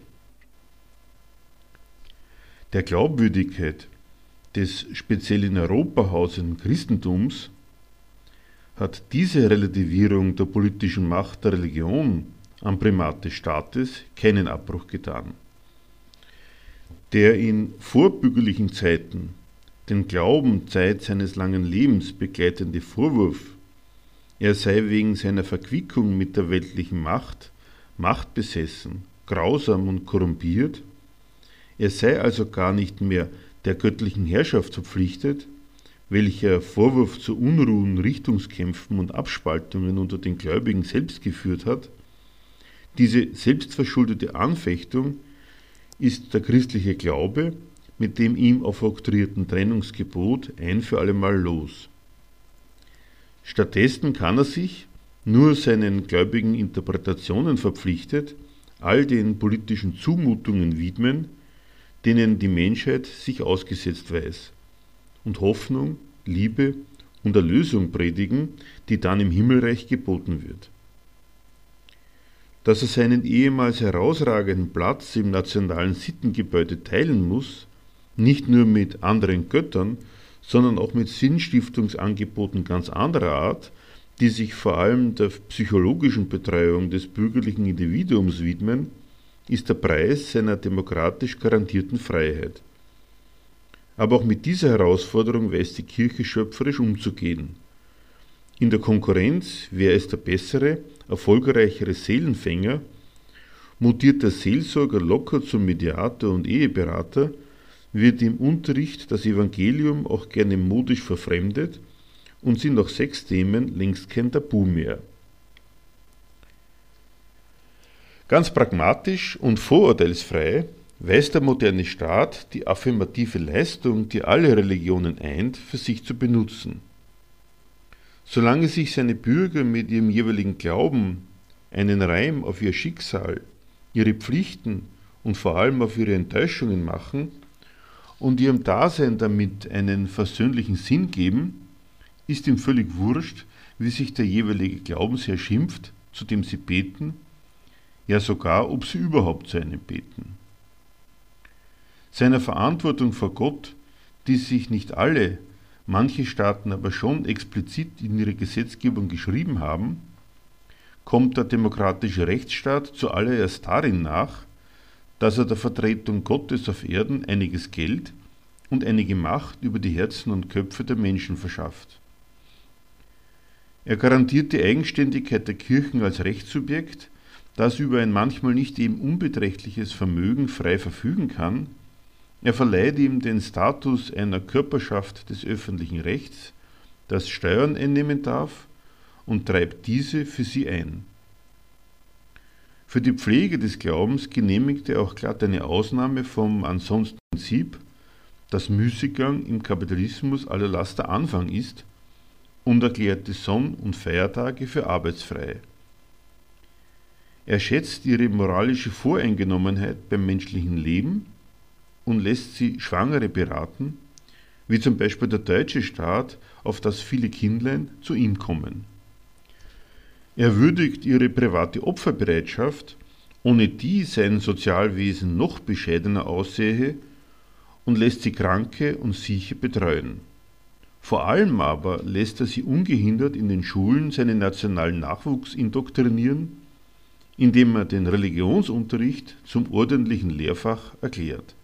Der Glaubwürdigkeit des speziell in Europa hausenden Christentums hat diese Relativierung der politischen Macht der Religion am Primat des Staates keinen Abbruch getan. Der in vorbürgerlichen Zeiten den Glauben Zeit seines langen Lebens begleitende Vorwurf, er sei wegen seiner Verquickung mit der weltlichen Macht machtbesessen, grausam und korrumpiert, er sei also gar nicht mehr der göttlichen Herrschaft verpflichtet, welcher Vorwurf zu Unruhen, Richtungskämpfen und Abspaltungen unter den Gläubigen selbst geführt hat, diese selbstverschuldete Anfechtung ist der christliche Glaube mit dem ihm aufoktroyierten Trennungsgebot ein für allemal los. Stattdessen kann er sich, nur seinen gläubigen Interpretationen verpflichtet, all den politischen Zumutungen widmen, denen die Menschheit sich ausgesetzt weiß, und Hoffnung, Liebe und Erlösung predigen, die dann im Himmelreich geboten wird. Dass er seinen ehemals herausragenden Platz im nationalen Sittengebäude teilen muss, nicht nur mit anderen Göttern, sondern auch mit Sinnstiftungsangeboten ganz anderer Art, die sich vor allem der psychologischen Betreuung des bürgerlichen Individuums widmen, ist der Preis seiner demokratisch garantierten Freiheit. Aber auch mit dieser Herausforderung weiß die Kirche schöpferisch umzugehen. In der Konkurrenz, wer ist der bessere, erfolgreichere Seelenfänger, mutiert der Seelsorger locker zum Mediator und Eheberater, wird im Unterricht das Evangelium auch gerne modisch verfremdet und sind auch Sexthemen längst kein Tabu mehr. Ganz pragmatisch und vorurteilsfrei weiß der moderne Staat die affirmative Leistung, die alle Religionen eint, für sich zu benutzen. Solange sich seine Bürger mit ihrem jeweiligen Glauben einen Reim auf ihr Schicksal, ihre Pflichten und vor allem auf ihre Enttäuschungen machen und ihrem Dasein damit einen versöhnlichen Sinn geben, ist ihm völlig wurscht, wie sich der jeweilige Glaubensherr schimpft, zu dem sie beten, ja sogar, ob sie überhaupt zu einem beten. Seiner Verantwortung vor Gott, die sich nicht alle, manche Staaten aber schon explizit in ihre Gesetzgebung geschrieben haben, kommt der demokratische Rechtsstaat zuallererst darin nach, dass er der Vertretung Gottes auf Erden einiges Geld und einige Macht über die Herzen und Köpfe der Menschen verschafft. Er garantiert die Eigenständigkeit der Kirchen als Rechtssubjekt, das über ein manchmal nicht eben unbeträchtliches Vermögen frei verfügen kann. Er verleiht ihm den Status einer Körperschaft des öffentlichen Rechts, das Steuern einnehmen darf, und treibt diese für sie ein. Für die Pflege des Glaubens genehmigt er auch glatt eine Ausnahme vom ansonsten Prinzip, dass Müßiggang im Kapitalismus aller Laster Anfang ist, und erklärt die Sonn- und Feiertage für arbeitsfrei. Er schätzt ihre moralische Voreingenommenheit beim menschlichen Leben und lässt sie Schwangere beraten, wie zum Beispiel der deutsche Staat, auf das viele Kindlein zu ihm kommen. Er würdigt ihre private Opferbereitschaft, ohne die sein Sozialwesen noch bescheidener aussähe, und lässt sie Kranke und Sieche betreuen. Vor allem aber lässt er sie ungehindert in den Schulen seinen nationalen Nachwuchs indoktrinieren, indem er den Religionsunterricht zum ordentlichen Lehrfach erklärt.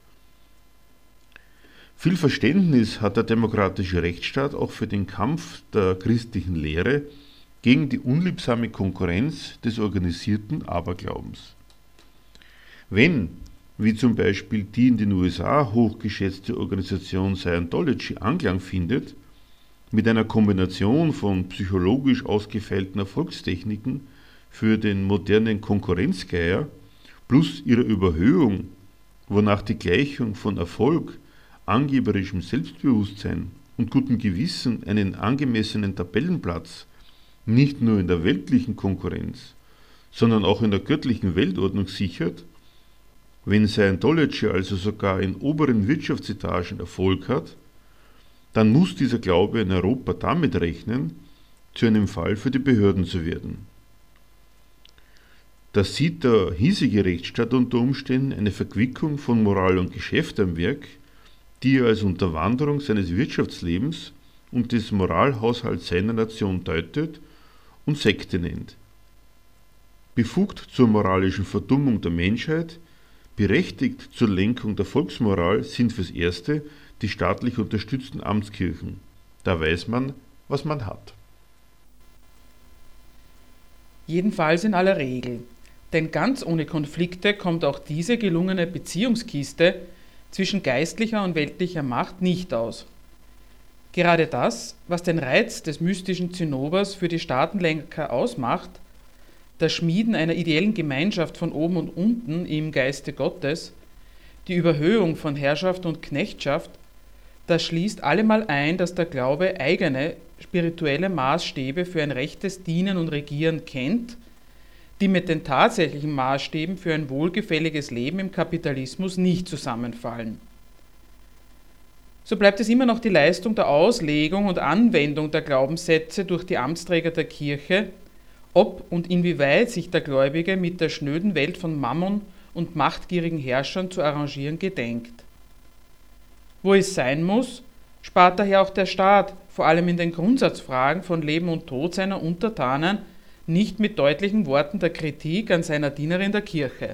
Viel Verständnis hat der demokratische Rechtsstaat auch für den Kampf der christlichen Lehre gegen die unliebsame Konkurrenz des organisierten Aberglaubens. Wenn, wie zum Beispiel die in den U S A hochgeschätzte Organisation Scientology Anklang findet, mit einer Kombination von psychologisch ausgefeilten Erfolgstechniken für den modernen Konkurrenzgeier plus ihrer Überhöhung, wonach die Gleichung von Erfolg, angeberischem Selbstbewusstsein und gutem Gewissen einen angemessenen Tabellenplatz nicht nur in der weltlichen Konkurrenz, sondern auch in der göttlichen Weltordnung sichert, wenn Scientology also sogar in oberen Wirtschaftsetagen Erfolg hat, dann muss dieser Glaube in Europa damit rechnen, zu einem Fall für die Behörden zu werden. Das sieht der hiesige Rechtsstaat unter Umständen eine Verquickung von Moral und Geschäft am Werk, die er als Unterwanderung seines Wirtschaftslebens und des Moralhaushalts seiner Nation deutet und Sekte nennt. Befugt zur moralischen Verdummung der Menschheit, berechtigt zur Lenkung der Volksmoral sind fürs Erste die staatlich unterstützten Amtskirchen. Da weiß man, was man hat. Jedenfalls in aller Regel. Denn ganz ohne Konflikte kommt auch diese gelungene Beziehungskiste zwischen geistlicher und weltlicher Macht nicht aus. Gerade das, was den Reiz des mystischen Zinnobers für die Staatenlenker ausmacht, das Schmieden einer ideellen Gemeinschaft von oben und unten im Geiste Gottes, die Überhöhung von Herrschaft und Knechtschaft, das schließt allemal ein, dass der Glaube eigene spirituelle Maßstäbe für ein rechtes Dienen und Regieren kennt, die mit den tatsächlichen Maßstäben für ein wohlgefälliges Leben im Kapitalismus nicht zusammenfallen. So bleibt es immer noch die Leistung der Auslegung und Anwendung der Glaubenssätze durch die Amtsträger der Kirche, ob und inwieweit sich der Gläubige mit der schnöden Welt von Mammon und machtgierigen Herrschern zu arrangieren gedenkt. Wo es sein muss, spart daher auch der Staat, vor allem in den Grundsatzfragen von Leben und Tod seiner Untertanen, nicht mit deutlichen Worten der Kritik an seiner Dienerin der Kirche.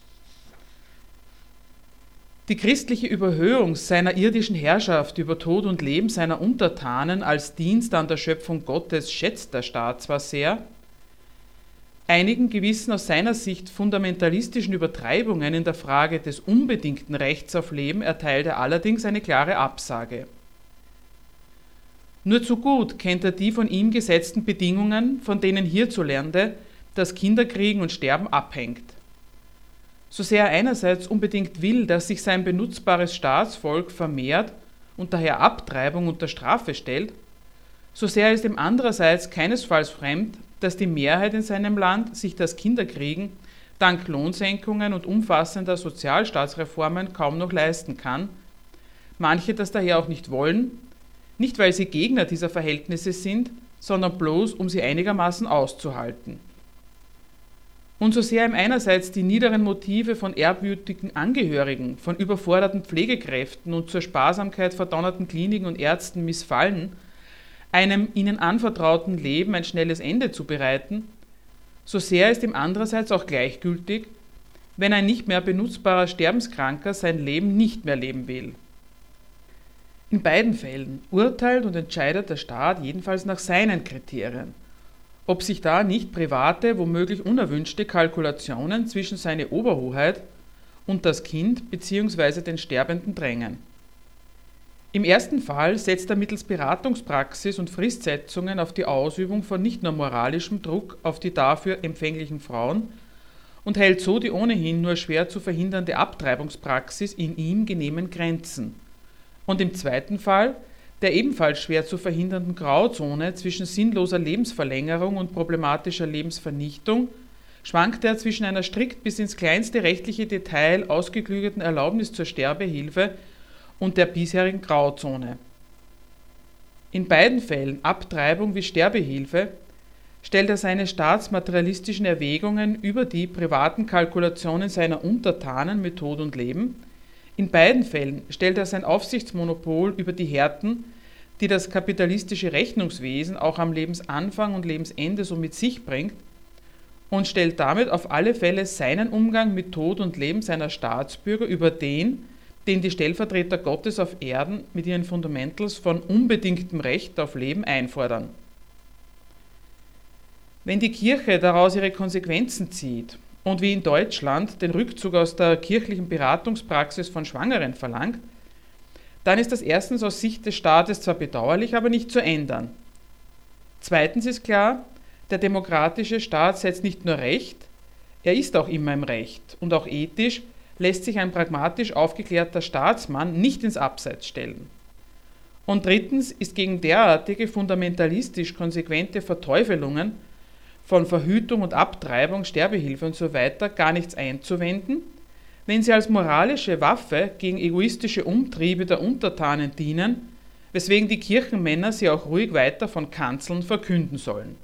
Die christliche Überhöhung seiner irdischen Herrschaft über Tod und Leben seiner Untertanen als Dienst an der Schöpfung Gottes schätzt der Staat zwar sehr, einigen gewissen aus seiner Sicht fundamentalistischen Übertreibungen in der Frage des unbedingten Rechts auf Leben erteilt er allerdings eine klare Absage. Nur zu gut kennt er die von ihm gesetzten Bedingungen, von denen hierzulande das Kinderkriegen und Sterben abhängt. So sehr er einerseits unbedingt will, dass sich sein benutzbares Staatsvolk vermehrt und daher Abtreibung unter Strafe stellt, so sehr ist ihm andererseits keinesfalls fremd, dass die Mehrheit in seinem Land sich das Kinderkriegen dank Lohnsenkungen und umfassender Sozialstaatsreformen kaum noch leisten kann, manche das daher auch nicht wollen, nicht weil sie Gegner dieser Verhältnisse sind, sondern bloß um sie einigermaßen auszuhalten. Und so sehr ihm einerseits die niederen Motive von ehrwürdigen Angehörigen, von überforderten Pflegekräften und zur Sparsamkeit verdonnerten Kliniken und Ärzten missfallen, einem ihnen anvertrauten Leben ein schnelles Ende zu bereiten, so sehr ist ihm andererseits auch gleichgültig, wenn ein nicht mehr benutzbarer Sterbenskranker sein Leben nicht mehr leben will. In beiden Fällen urteilt und entscheidet der Staat jedenfalls nach seinen Kriterien, ob sich da nicht private, womöglich unerwünschte Kalkulationen zwischen seine Oberhoheit und das Kind bzw. den Sterbenden drängen. Im ersten Fall setzt er mittels Beratungspraxis und Fristsetzungen auf die Ausübung von nicht nur moralischem Druck auf die dafür empfänglichen Frauen und hält so die ohnehin nur schwer zu verhindernde Abtreibungspraxis in ihm genehmen Grenzen. Und im zweiten Fall, der ebenfalls schwer zu verhindernden Grauzone zwischen sinnloser Lebensverlängerung und problematischer Lebensvernichtung, schwankt er zwischen einer strikt bis ins kleinste rechtliche Detail ausgeklügelten Erlaubnis zur Sterbehilfe und der bisherigen Grauzone. In beiden Fällen, Abtreibung wie Sterbehilfe, stellt er seine staatsmaterialistischen Erwägungen über die privaten Kalkulationen seiner Untertanen mit Tod und Leben. In beiden Fällen stellt er sein Aufsichtsmonopol über die Härten, die das kapitalistische Rechnungswesen auch am Lebensanfang und Lebensende so mit sich bringt, und stellt damit auf alle Fälle seinen Umgang mit Tod und Leben seiner Staatsbürger über den, den die Stellvertreter Gottes auf Erden mit ihren Fundamentals von unbedingtem Recht auf Leben einfordern. Wenn die Kirche daraus ihre Konsequenzen zieht und wie in Deutschland den Rückzug aus der kirchlichen Beratungspraxis von Schwangeren verlangt, dann ist das erstens aus Sicht des Staates zwar bedauerlich, aber nicht zu ändern. Zweitens ist klar, der demokratische Staat setzt nicht nur Recht, er ist auch immer im Recht und auch ethisch lässt sich ein pragmatisch aufgeklärter Staatsmann nicht ins Abseits stellen. Und drittens ist gegen derartige fundamentalistisch konsequente Verteufelungen von Verhütung und Abtreibung, Sterbehilfe und so weiter gar nichts einzuwenden, wenn sie als moralische Waffe gegen egoistische Umtriebe der Untertanen dienen, weswegen die Kirchenmänner sie auch ruhig weiter von Kanzeln verkünden sollen.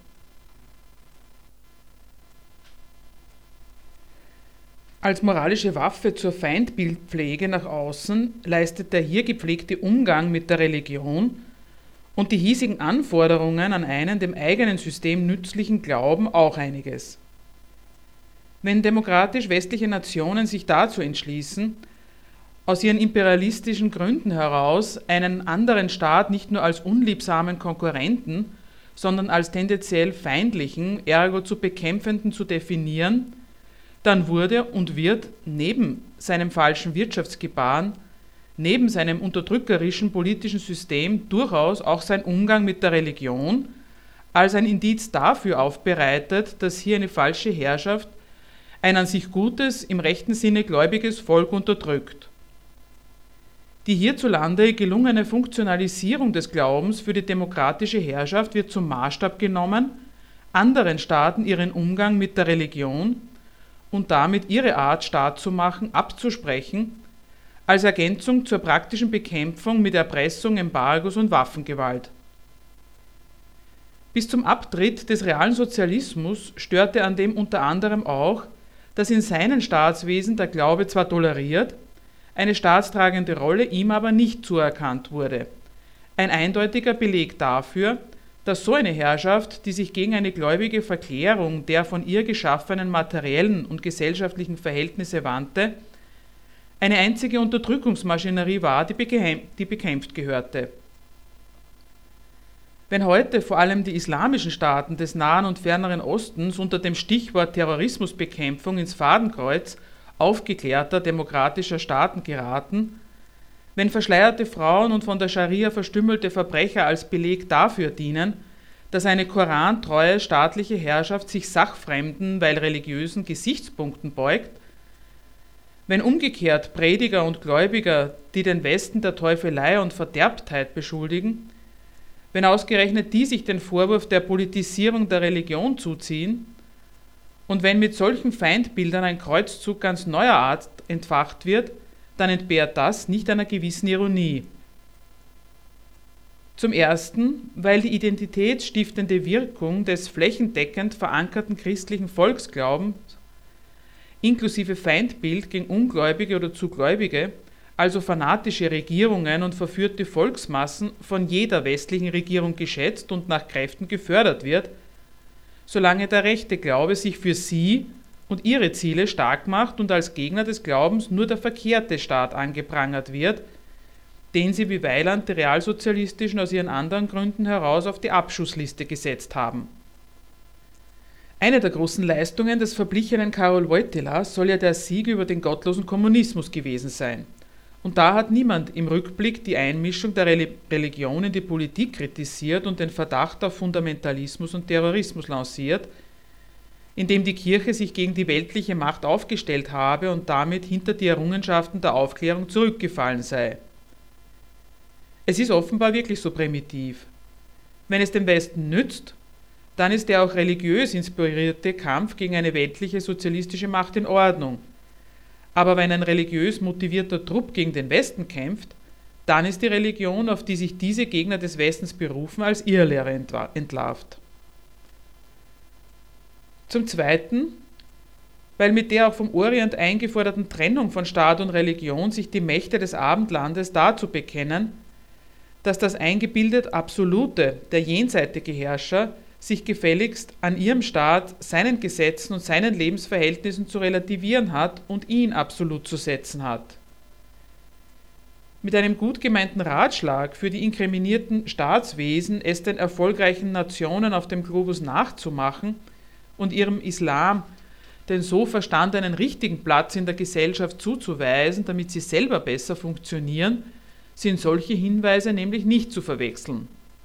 Als moralische Waffe zur Feindbildpflege nach außen leistet der hier gepflegte Umgang mit der Religion und die hiesigen Anforderungen an einen dem eigenen System nützlichen Glauben auch einiges. Wenn demokratisch westliche Nationen sich dazu entschließen, aus ihren imperialistischen Gründen heraus einen anderen Staat nicht nur als unliebsamen Konkurrenten, sondern als tendenziell feindlichen, ergo zu bekämpfenden zu definieren, dann wurde und wird neben seinem falschen Wirtschaftsgebaren, neben seinem unterdrückerischen politischen System durchaus auch sein Umgang mit der Religion als ein Indiz dafür aufbereitet, dass hier eine falsche Herrschaft ein an sich gutes, im rechten Sinne gläubiges Volk unterdrückt. Die hierzulande gelungene Funktionalisierung des Glaubens für die demokratische Herrschaft wird zum Maßstab genommen, anderen Staaten ihren Umgang mit der Religion und damit ihre Art, Staat zu machen, abzusprechen, als Ergänzung zur praktischen Bekämpfung mit Erpressung, Embargos und Waffengewalt. Bis zum Abtritt des realen Sozialismus störte an dem unter anderem auch, dass in seinem Staatswesen der Glaube zwar toleriert, eine staatstragende Rolle ihm aber nicht zuerkannt wurde. Ein eindeutiger Beleg dafür, dass so eine Herrschaft, die sich gegen eine gläubige Verklärung der von ihr geschaffenen materiellen und gesellschaftlichen Verhältnisse wandte, eine einzige Unterdrückungsmaschinerie war, die bekämpft gehörte. Wenn heute vor allem die islamischen Staaten des Nahen und Ferneren Ostens unter dem Stichwort Terrorismusbekämpfung ins Fadenkreuz aufgeklärter demokratischer Staaten geraten, wenn verschleierte Frauen und von der Scharia verstümmelte Verbrecher als Beleg dafür dienen, dass eine korantreue staatliche Herrschaft sich sachfremden, weil religiösen Gesichtspunkten beugt, wenn umgekehrt Prediger und Gläubiger, die den Westen der Teufelei und Verderbtheit beschuldigen, wenn ausgerechnet die sich den Vorwurf der Politisierung der Religion zuziehen und wenn mit solchen Feindbildern ein Kreuzzug ganz neuer Art entfacht wird, dann entbehrt das nicht einer gewissen Ironie. Zum Ersten, weil die identitätsstiftende Wirkung des flächendeckend verankerten christlichen Volksglaubens inklusive Feindbild gegen Ungläubige oder Zugläubige, also fanatische Regierungen und verführte Volksmassen von jeder westlichen Regierung geschätzt und nach Kräften gefördert wird, solange der rechte Glaube sich für sie und ihre Ziele stark macht und als Gegner des Glaubens nur der verkehrte Staat angeprangert wird, den sie wie Weiland die Realsozialistischen aus ihren anderen Gründen heraus auf die Abschussliste gesetzt haben. Eine der großen Leistungen des verblichenen Karol Wojtyła soll ja der Sieg über den gottlosen Kommunismus gewesen sein. Und da hat niemand im Rückblick die Einmischung der Religion in die Politik kritisiert und den Verdacht auf Fundamentalismus und Terrorismus lanciert, indem die Kirche sich gegen die weltliche Macht aufgestellt habe und damit hinter die Errungenschaften der Aufklärung zurückgefallen sei. Es ist offenbar wirklich so primitiv. Wenn es dem Westen nützt, dann ist der auch religiös inspirierte Kampf gegen eine weltliche sozialistische Macht in Ordnung. Aber wenn ein religiös motivierter Trupp gegen den Westen kämpft, dann ist die Religion, auf die sich diese Gegner des Westens berufen, als Irrlehre entlarvt. Zum Zweiten, weil mit der auch vom Orient eingeforderten Trennung von Staat und Religion sich die Mächte des Abendlandes dazu bekennen, dass das eingebildet Absolute, der jenseitige Herrscher, sich gefälligst an ihrem Staat, seinen Gesetzen und seinen Lebensverhältnissen zu relativieren hat und ihn absolut zu setzen hat. Mit einem gut gemeinten Ratschlag für die inkriminierten Staatswesen, es den erfolgreichen Nationen auf dem Globus nachzumachen und ihrem Islam den so verstandenen richtigen Platz in der Gesellschaft zuzuweisen, damit sie selber besser funktionieren, sind solche Hinweise nämlich nicht zu verwechseln.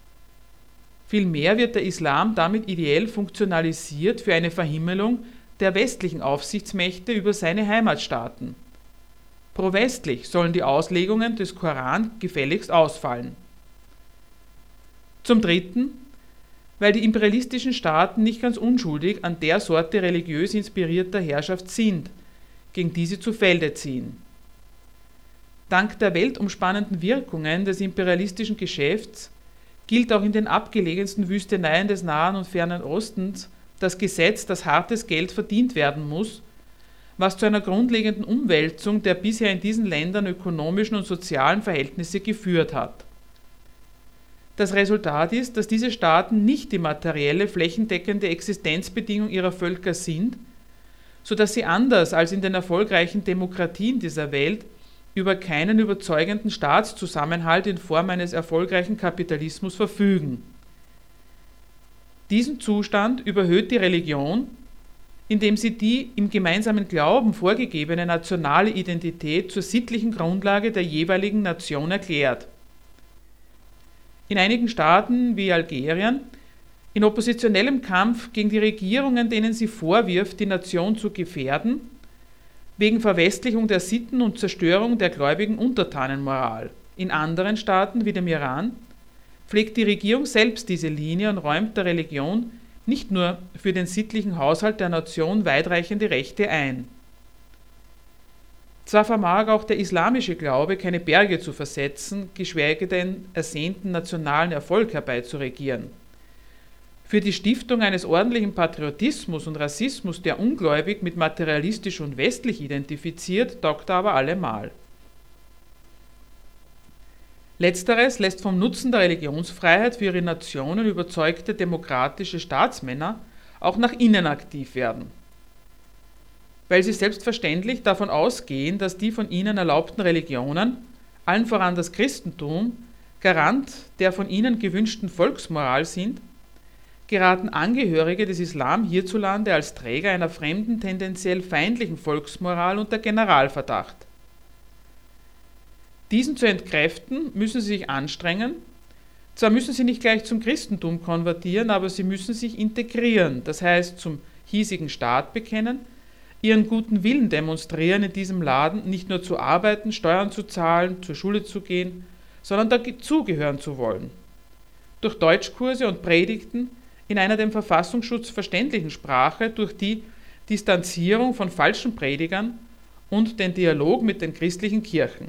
Vielmehr wird der Islam damit ideell funktionalisiert für eine Verhimmelung der westlichen Aufsichtsmächte über seine Heimatstaaten. Pro-westlich sollen die Auslegungen des Koran gefälligst ausfallen. Zum Dritten, weil die imperialistischen Staaten nicht ganz unschuldig an der Sorte religiös inspirierter Herrschaft sind, gegen die sie zu Felde ziehen. Dank der weltumspannenden Wirkungen des imperialistischen Geschäfts gilt auch in den abgelegensten Wüsteneien des Nahen und Fernen Ostens das Gesetz, dass hartes Geld verdient werden muss, was zu einer grundlegenden Umwälzung der bisher in diesen Ländern ökonomischen und sozialen Verhältnisse geführt hat. Das Resultat ist, dass diese Staaten nicht die materielle, flächendeckende Existenzbedingung ihrer Völker sind, so dass sie anders als in den erfolgreichen Demokratien dieser Welt über keinen überzeugenden Staatszusammenhalt in Form eines erfolgreichen Kapitalismus verfügen. Diesen Zustand überhöht die Religion, indem sie die im gemeinsamen Glauben vorgegebene nationale Identität zur sittlichen Grundlage der jeweiligen Nation erklärt. In einigen Staaten wie Algerien, in oppositionellem Kampf gegen die Regierungen, denen sie vorwirft, die Nation zu gefährden, wegen Verwestlichung der Sitten und Zerstörung der gläubigen Untertanenmoral. In anderen Staaten wie dem Iran pflegt die Regierung selbst diese Linie und räumt der Religion nicht nur für den sittlichen Haushalt der Nation weitreichende Rechte ein. Zwar vermag auch der islamische Glaube keine Berge zu versetzen, geschweige denn ersehnten nationalen Erfolg herbeizuregieren. Für die Stiftung eines ordentlichen Patriotismus und Rassismus, der ungläubig mit materialistisch und westlich identifiziert, taugt er aber allemal. Letzteres lässt vom Nutzen der Religionsfreiheit für ihre Nationen überzeugte demokratische Staatsmänner auch nach innen aktiv werden. Weil sie selbstverständlich davon ausgehen, dass die von ihnen erlaubten Religionen, allen voran das Christentum, Garant der von ihnen gewünschten Volksmoral sind, geraten Angehörige des Islam hierzulande als Träger einer fremden, tendenziell feindlichen Volksmoral unter Generalverdacht. Diesen zu entkräften, müssen sie sich anstrengen. Zwar müssen sie nicht gleich zum Christentum konvertieren, aber sie müssen sich integrieren, das heißt zum hiesigen Staat bekennen, ihren guten Willen demonstrieren, in diesem Laden nicht nur zu arbeiten, Steuern zu zahlen, zur Schule zu gehen, sondern dazugehören zu wollen. Durch Deutschkurse und Predigten in einer dem Verfassungsschutz verständlichen Sprache, durch die Distanzierung von falschen Predigern und den Dialog mit den christlichen Kirchen.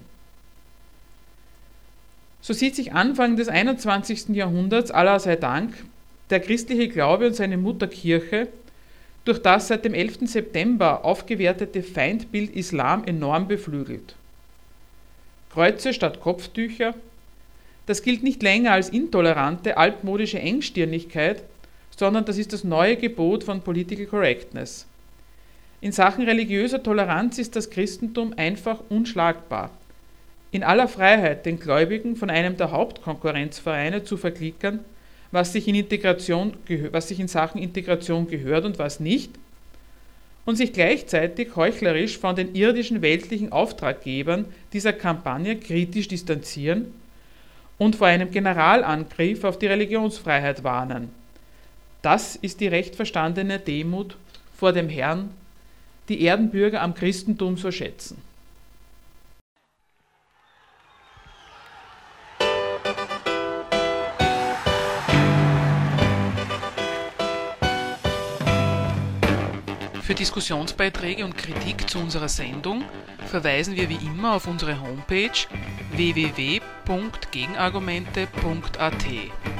So sieht sich Anfang des einundzwanzigsten Jahrhunderts, Allah sei Dank, der christliche Glaube und seine Mutterkirche durch das seit dem elften September aufgewertete Feindbild Islam enorm beflügelt. Kreuze statt Kopftücher, das gilt nicht länger als intolerante, altmodische Engstirnigkeit, sondern das ist das neue Gebot von Political Correctness. In Sachen religiöser Toleranz ist das Christentum einfach unschlagbar. In aller Freiheit den Gläubigen von einem der Hauptkonkurrenzvereine zu verklickern, was sich in Integration, was sich in Sachen Integration gehört und was nicht, und sich gleichzeitig heuchlerisch von den irdischen weltlichen Auftraggebern dieser Kampagne kritisch distanzieren und vor einem Generalangriff auf die Religionsfreiheit warnen. Das ist die recht verstandene Demut vor dem Herrn, die Erdenbürger am Christentum so schätzen. Für Diskussionsbeiträge und Kritik zu unserer Sendung verweisen wir wie immer auf unsere Homepage w w w punkt gegenargumente punkt a t.